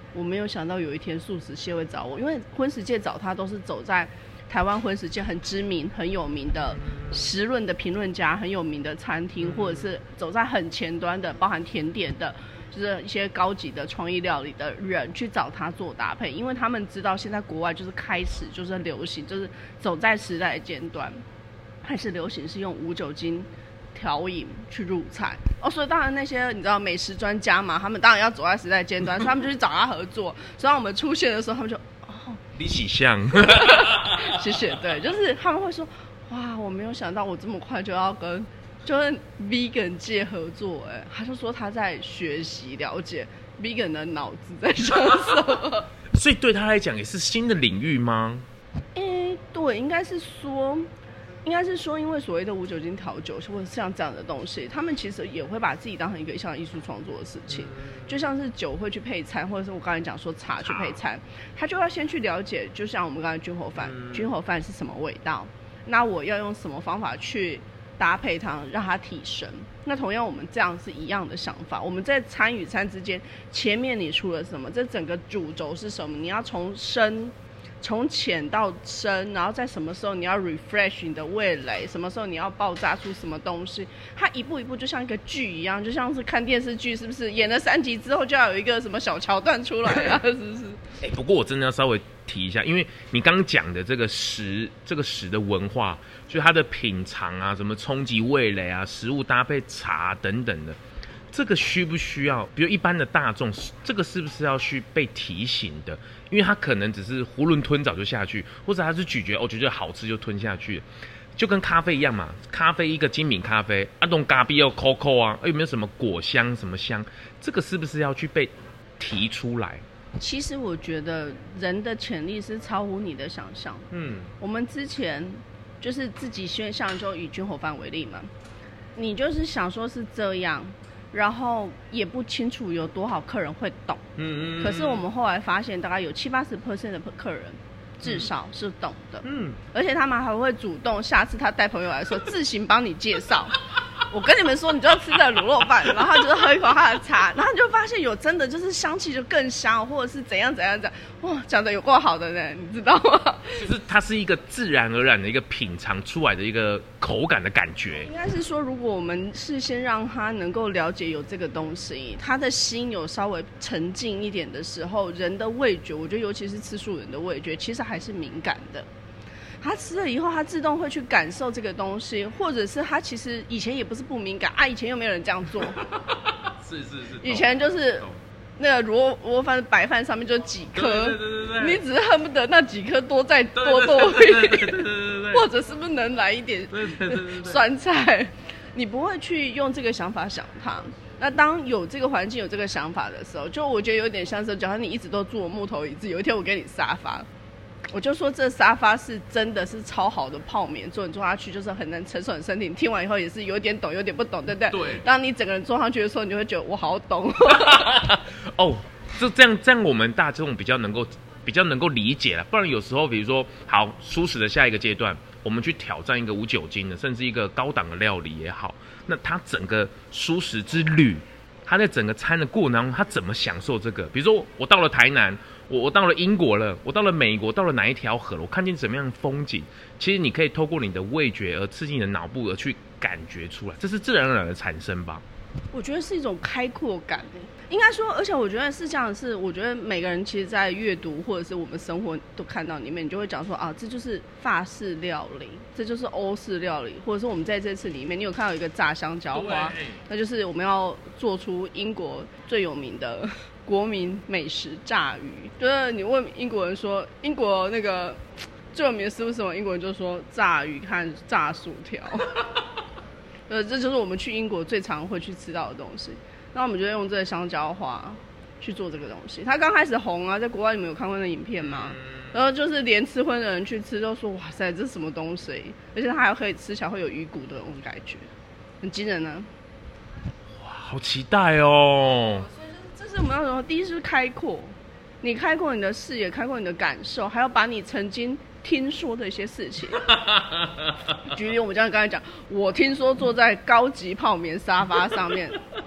我没有想到有一天素食界会找我，因为荤食界找他都是走在台湾荤食界很知名、很有名的时论的评论家、很有名的餐厅，或者是走在很前端的，包含甜点的，就是一些高级的创意料理的人去找他做搭配，因为他们知道现在国外就是开始就是流行，就是走在时代的尖端，开始流行是用无酒精调饮去入菜哦，所以当然那些你知道美食专家嘛，他们当然要走在时代尖端，所以他们就去找他合作。所以当我们出现的时候，他们就李喜相， 谢谢，对，就是他们会说，哇，我没有想到我这么快就要跟就是 vegan 界合作，他就说他在学习了解 vegan 的脑子在想什么。 所以对他来讲也是新的领域吗？ 对，应该是说，因为所谓的无酒精调酒或者像这样的东西，他们其实也会把自己当成一项艺术创作的事情，就像是酒会去配餐，或者是我刚才讲说茶去配餐，他就要先去了解，就像我们刚才军火饭是什么味道，那我要用什么方法去搭配它，让它提升。那同样我们这样是一样的想法，我们在餐与餐之间，前面你出了什么，这整个主轴是什么，你要从浅到深，然后在什么时候你要 refresh 你的味蕾，什么时候你要爆炸出什么东西，它一步一步就像一个剧一样，就像是看电视剧，是不是演了3集之后就要有一个什么小桥段出来啊？是不是？ 不过我真的要稍微提一下，因为你刚讲的这个食的文化，就它的品尝啊，什么冲击味蕾啊，食物搭配茶等等的，这个需不需要？比如一般的大众，这个是不是要去被提醒的？因为他可能只是囫囵吞枣就下去，或者他是咀嚼，觉得好吃就吞下去，就跟咖啡一样嘛。咖啡一个精品咖啡，弄咖啡要 COCO 啊，有没有什么果香什么香？这个是不是要去被提出来？ 其实我觉得人的潜力是超乎你的想象。我们之前就是自己先像就以军火饭为例嘛，你就是想说是这样。然后也不清楚有多少客人会懂，可是我们后来发现，大概有70-80% 的客人至少是懂的，而且他们还会主动，下次他带朋友来说自行帮你介绍。我跟你们说，你就要吃这卤肉饭，然后他就是喝一口他的茶，然后你就发现有真的就是香气就更香，或者是怎样，哇，讲的有够好的呢，你知道吗？ 就是它是一个自然而然的一个品尝出来的一个口感的感觉。 应该是说，如果我们事先让他能够了解有这个东西，他的心有稍微沉静一点的时候，人的味觉，我觉得尤其是吃素人的味觉，其实还是敏感的。他吃了以后，他自动会去感受这个东西，或者是他其实以前也不是不敏感啊，以前又没有人这样做。 是， 以前就是那个萝卜饭白饭上面就几颗，你只是恨不得那几颗多再多一点，或者是不是能来一点酸菜？你不会去用这个想法想它。那当有这个环境有这个想法的时候，就我觉得有点像是，假如你一直都坐木头椅子，有一天我给你沙发。我就说这沙发是真的是超好的泡棉，你坐下去就是很能承受你身体。你听完以后也是有点懂有点不懂，对不对？ 对。 当你整个人坐上去的时候，你就会觉得我好懂。 就这样我们大众比较能够理解了。不然有时候比如说好蔬食的下一个阶段，我们去挑战一个无酒精的，甚至一个高档的料理也好，那它整个蔬食之旅，它在整个餐的过程当中，它怎么享受这个？比如说我到了台南。我到了英国了，我到了美国，到了哪一条河了？我看见怎么样的风景？其实你可以透过你的味觉而刺激你的脑部，而去感觉出来，这是自然而然的产生吧？ 我觉得是一种开阔感，应该说，而且我觉得是这样，是我觉得每个人其实，在阅读或者是我们生活都看到里面，你就会讲说啊，这就是法式料理，这就是欧式料理，或者是我们在这次里面，你有看到一个炸香蕉花，那就是我们要做出英国最有名的国民美食炸鱼。就是你问英国人说，英国那个最有名的食物是什么？英国人就说炸鱼和炸薯条。这就是我们去英国最常会去吃到的东西。那我们就用这个香蕉花去做这个东西。它刚开始红啊，在国外你们有看过那影片吗？然后就是连吃荤的人去吃都说哇塞，这是什么东西？而且它还可以吃起来会有鱼骨的那种感觉，很惊人呢。 哇，好期待哦！ 所以这是我们要说，第一是开阔，你开阔你的视野，开阔你的感受，还要把你曾经听说的一些事情。举例，我们刚才讲，我听说坐在高级泡棉沙发上面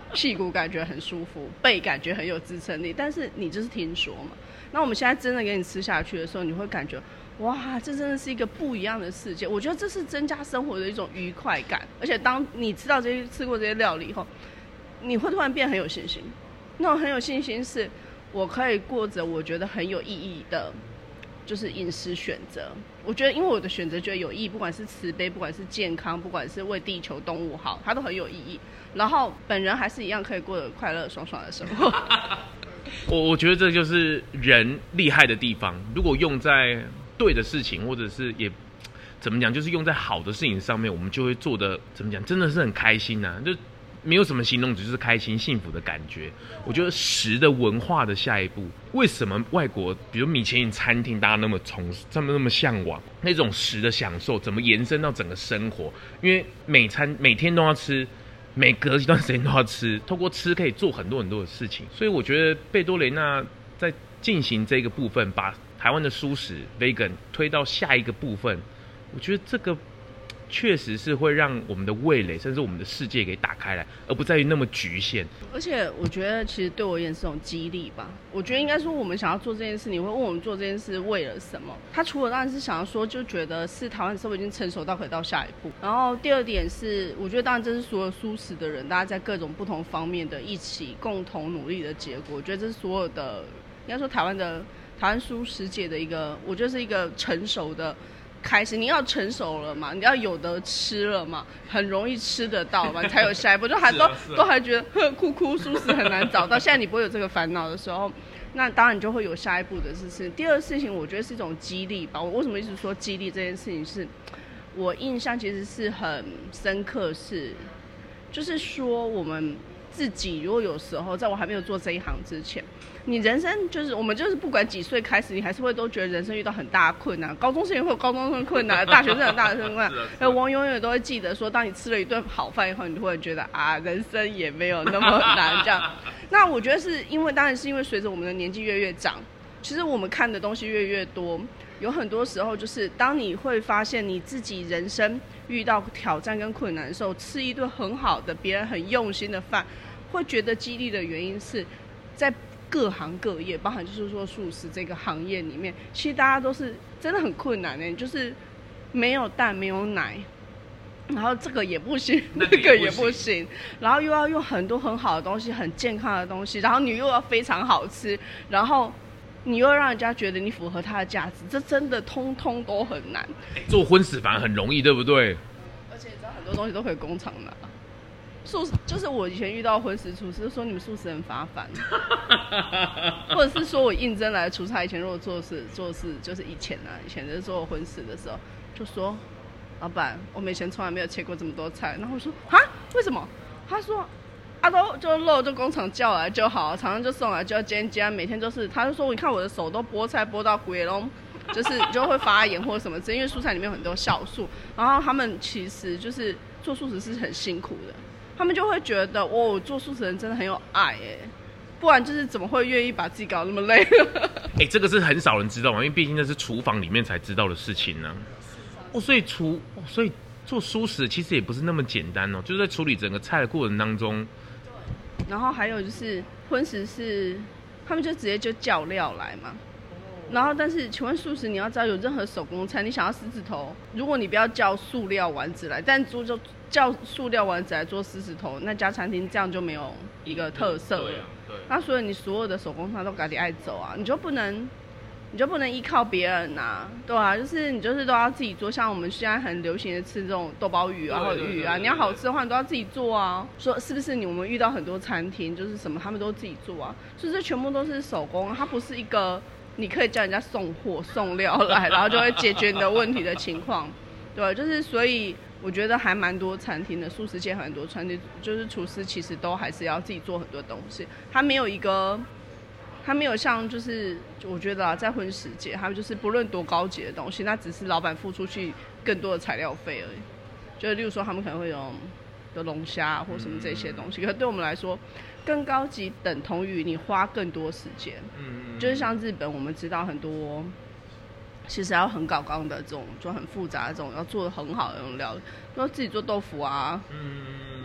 屁股感觉很舒服，背感觉很有支撑力，但是你就是听说嘛。那我们现在真的给你吃下去的时候，你会感觉哇，这真的是一个不一样的世界。我觉得这是增加生活的一种愉快感，而且当你吃过这些料理以后，你会突然变很有信心。那种很有信心是，我可以过着我觉得很有意义的，就是饮食选择。我觉得，因为我的选择觉得有意义，不管是慈悲，不管是健康，不管是为地球动物好，它都很有意义。然后本人还是一样可以过得快乐爽爽的生活。 我觉得这就是人厉害的地方。如果用在对的事情，或者是也怎么讲，就是用在好的事情上面，我们就会做的怎么讲，真的是很开心啊！就没有什么形容词，就是开心、幸福的感觉。我觉得食的文化的下一步，为什么外国，比如米其林餐厅，大家那么崇，他们那么向往那种食的享受，怎么延伸到整个生活？因为每天都要吃。每隔一段时间都要吃，透过吃可以做很多很多的事情，所以我觉得贝多雷纳在进行这个部分，把台湾的蔬食 vegan 推到下一个部分，我觉得这个确实是会让我们的味蕾甚至我们的世界给打开来，而不在于那么局限。而且我觉得其实对我而言是种激励吧。我觉得应该说我们想要做这件事，你会问我们做这件事为了什么？他除了当然是想要说，就觉得是台湾社会已经成熟到可以到下一步。然后第二点是，我觉得当然这是所有蔬食的人，大家在各种不同方面的一起共同努力的结果。我觉得这是所有的，应该说台湾蔬食界的一个，我觉得是一个成熟的开始。你要成熟了嘛，你要有得吃了嘛，很容易吃得到嘛，你才有下一步。就还都还觉得哭蔬食很难找到，现在你不会有这个烦恼的时候，那当然就会有下一步的事情。第二个事情，我觉得是一种激励吧。我为什么一直说激励这件事情是，我印象其实是很深刻，就是说我们自己如果有时候在我还没有做这一行之前，你人生就是我们就是不管几岁开始，你还是会都觉得人生遇到很大的困难。高中生也会有高中生困难，大学生有大学生困难。我永远都会记得说，当你吃了一顿好饭以后，你就会觉得啊，人生也没有那么难这样。那我觉得是因为，当然是因为随着我们的年纪越长，其实我们看的东西越多，有很多时候就是当你会发现你自己人生遇到挑战跟困难的时候，吃一顿很好的别人很用心的饭，会觉得激励的原因是在各行各业，包含就是说素食这个行业里面，其实大家都是真的很困难的，就是没有蛋没有奶，然后这个也不行，那个也不行，然后又要用很多很好的东西，很健康的东西，然后你又要非常好吃，然后你又让人家觉得你符合他的价值，这真的通通都很难。 做荤食反而很容易，对不对？ 而且你知道很多东西都可以工厂拿。素食就是我以前遇到荤食厨师说你们素食很麻烦，或者是说我应征来的厨师，以前如果做事就是以前就是做荤食的时候，就说老板，我们以前从来没有切过这么多菜。然后我说啊，为什么？他说啊，就肉就工厂叫来就好，厂商就送来就要煎，每天都是。他就说你看我的手都剥菜剥到鬼龙。就是就会发炎或什么，因为蔬菜里面有很多酵素，然后他们其实就是做素食是很辛苦的，他们就会觉得我做素食人真的很有爱不然就是怎么会愿意把自己搞那么累这个是很少人知道嘛，因为毕竟那是厨房里面才知道的事情呢。所以做蔬食其实也不是那么简单哦，就是在处理整个菜的过程当中。 然后还有就是荤食是他们就直接就叫料来嘛。然后，但是请问素食，你要知道有任何手工菜，你想要狮子头，如果你不要叫塑料丸子来，但就叫塑料丸子来做狮子头，那家餐厅这样就没有一个特色了。对。那所以你所有的手工菜都赶紧爱走啊，你就不能依靠别人啊，对啊，就是你就是都要自己做。像我们现在很流行的吃这种豆包鱼啊或者鱼啊，你要好吃的话，你都要自己做啊。说是不是我们遇到很多餐厅就是什么他们都自己做啊，所以这全部都是手工，它不是一个。你可以叫人家送货送料来，然后就会解决你的问题的情况，对，就是所以我觉得还蛮多餐厅的素食界很多餐厅，就是厨师其实都还是要自己做很多东西，他没有像就是我觉得在荤食界，他们就是不论多高级的东西，那只是老板付出去更多的材料费而已，就例如说他们可能会有龙虾或什么这些东西，可是对我们来说。更高级等同于你花更多时间，就是像日本，我们知道很多，其实要很搞纲的这种，就很复杂的这种，要做的很好的那种料理，都自己做豆腐啊，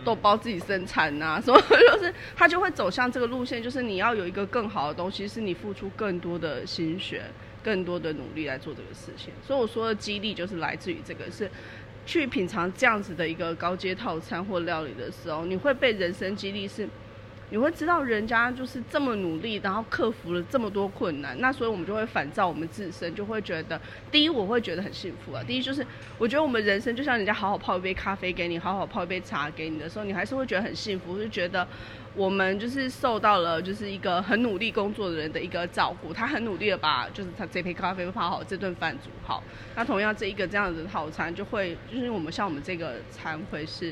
豆包自己生产啊，什么就是他就会走向这个路线，就是你要有一个更好的东西，是你付出更多的心血、更多的努力来做这个事情。所以我说的激励就是来自于这个，是去品尝这样子的一个高阶套餐或料理的时候，你会被人生激励，是你会知道人家就是这么努力，然后克服了这么多困难，那所以我们就会反照我们自身，就会觉得，第一我会觉得很幸福啊。第一就是我觉得我们人生就像人家好好泡一杯咖啡给你，好好泡一杯茶给你的时候，你还是会觉得很幸福，就觉得我们就是受到了就是一个很努力工作的人的一个照顾，他很努力的把就是他这杯咖啡泡好，这顿饭煮好。那同样这样子的套餐就会就是我们像我们这个餐会是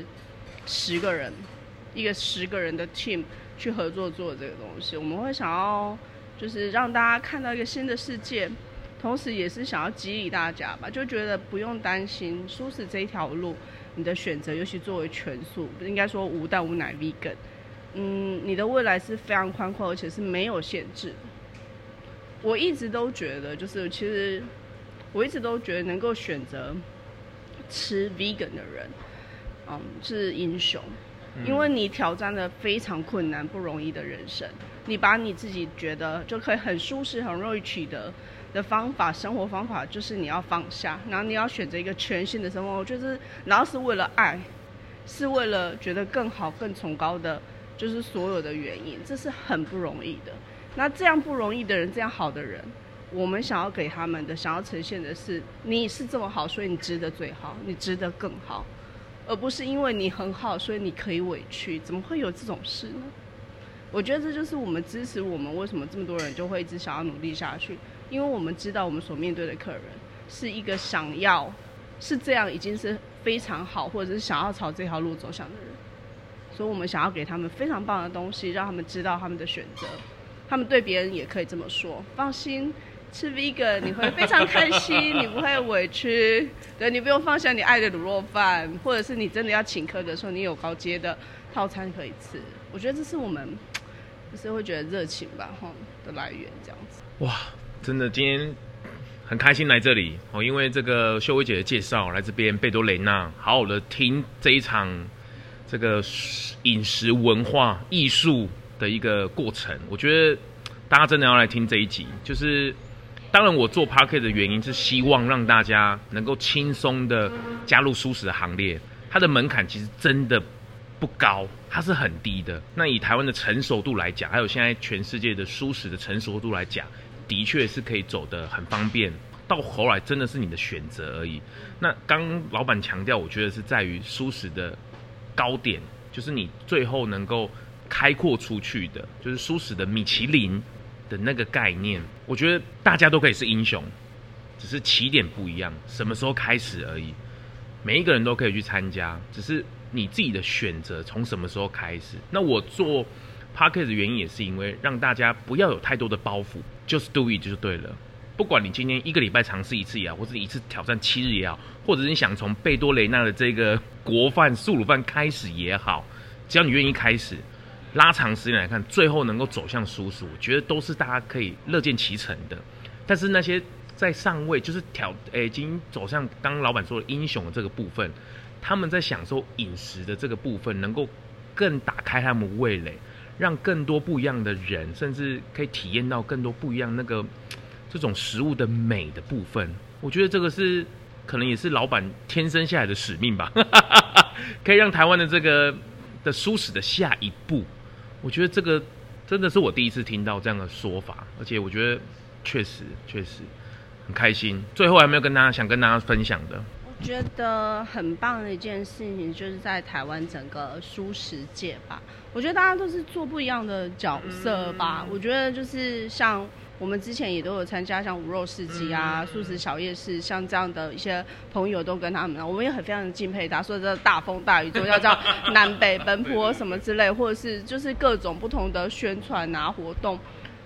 10个人，一个10个人的 team。去合作做这个东西，我们会想要就是让大家看到一个新的世界，同时也是想要激励大家吧，就觉得不用担心素食这一条路，你的选择，尤其作为全素，应该说无蛋无奶 vegan，你的未来是非常宽阔，而且是没有限制的。我一直都觉得，就是其实我一直都觉得能够选择吃 vegan 的人，是英雄。因为你挑战了非常困难不容易的人生，你把你自己觉得就可以很舒适很容易取得的生活方法，就是你要放下，然后你要选择一个全新的生活。我觉得然后是为了爱，是为了觉得更好更崇高的就是所有的原因，这是很不容易的。那这样不容易的人，这样好的人，我们想要给他们的，想要呈现的是你是这么好，所以你值得最好，你值得更好，而不是因为你很好所以你可以委屈，怎么会有这种事呢？我觉得这就是我们支持我们为什么这么多人就会一直想要努力下去，因为我们知道我们所面对的客人是一个想要是这样已经是非常好，或者是想要朝这条路走向的人，所以我们想要给他们非常棒的东西，让他们知道他们的选择，他们对别人也可以这么说，放心吃 vegan 你会非常开心，你不会委屈，对，你不用放下你爱的卤肉饭，或者是你真的要请客的时候，你有高阶的套餐可以吃。我觉得这是我们就是会觉得热情吧的来源，这样子。 哇，真的今天很开心来这里哦，因为这个秀薇姐的介绍，来这边贝多雷纳，好好的听这一场这个饮食文化艺术的一个过程。我觉得大家真的要来听这一集，就是当然我做 Podcast 的原因是希望让大家能够轻松的加入蔬食的行列，它的门槛其实真的不高，它是很低的。那以台湾的成熟度来讲，还有现在全世界的蔬食的成熟度来讲，的确是可以走得很方便，到后来真的是你的选择而已。那刚老板强调，我觉得是在于蔬食的高点，就是你最后能够开阔出去的，就是蔬食的米其林的那个概念。我觉得大家都可以是英雄，只是起点不一样，什么时候开始而已。每一个人都可以去参加，只是你自己的选择从什么时候开始。那我做 Podcast 的原因也是因为让大家不要有太多的包袱， just do it 就对了。不管你今天1个礼拜尝试1次也好，或者一次挑战7日也好，或者是你想从贝多雷纳的这个国饭素卤饭开始也好，只要你愿意开始，拉长时间来看，最后能够走向蔬食，我觉得都是大家可以乐见其成的。但是那些在上位就是已经走向刚刚老板说的英雄的这个部分，他们在享受饮食的这个部分，能够更打开他们味蕾，让更多不一样的人，甚至可以体验到更多不一样那个这种食物的美的部分。我觉得这个是可能也是老板天生下来的使命吧，可以让台湾的这个的蔬食的下一步。我觉得这个真的是我第一次听到这样的说法，而且我觉得确实很开心。最后还没有想跟大家分享的？ 我觉得很棒的一件事情，就是在台湾整个蔬食界吧。我觉得大家都是做不一样的角色吧。我觉得就是像我们之前也都有参加像无肉市集啊、素食小夜市，像这样的一些朋友都跟他们，我们也非常的敬佩他，说这大风大雨中要这样南北奔波什么之类，或者是就是各种不同的宣传啊活动。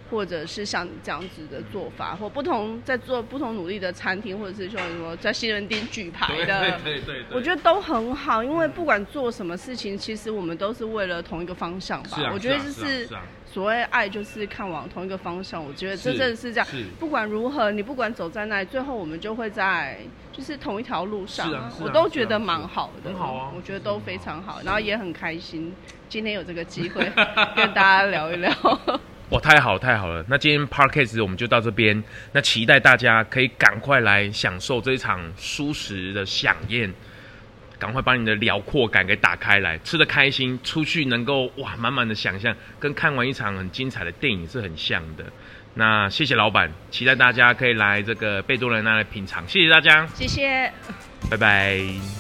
或者是像你这样子的做法，或在做不同努力的餐厅，或者是说什么在西门町举牌的， 对， 我觉得都很好，因为不管做什么事情，其实我们都是为了同一个方向吧。我觉得就是所谓爱就是看往同一个方向，我觉得真正是这样。不管如何，你不管走在哪里，最后我们就会在就是同一条路上。我都觉得蛮好的， 很好啊， 我觉得都非常好，然后也很开心今天有这个机会跟大家聊一聊。 哇，太好了！那今天 Podcast 我们就到这边，那期待大家可以赶快来享受这一场蔬食的飨宴。赶快把你的辽阔感给打开来，吃得开心，出去能够满满的想象，跟看完一场很精彩的电影是很像的。那谢谢老板，期待大家可以来这个贝多伦那来品尝，谢谢大家， 谢谢， 拜拜。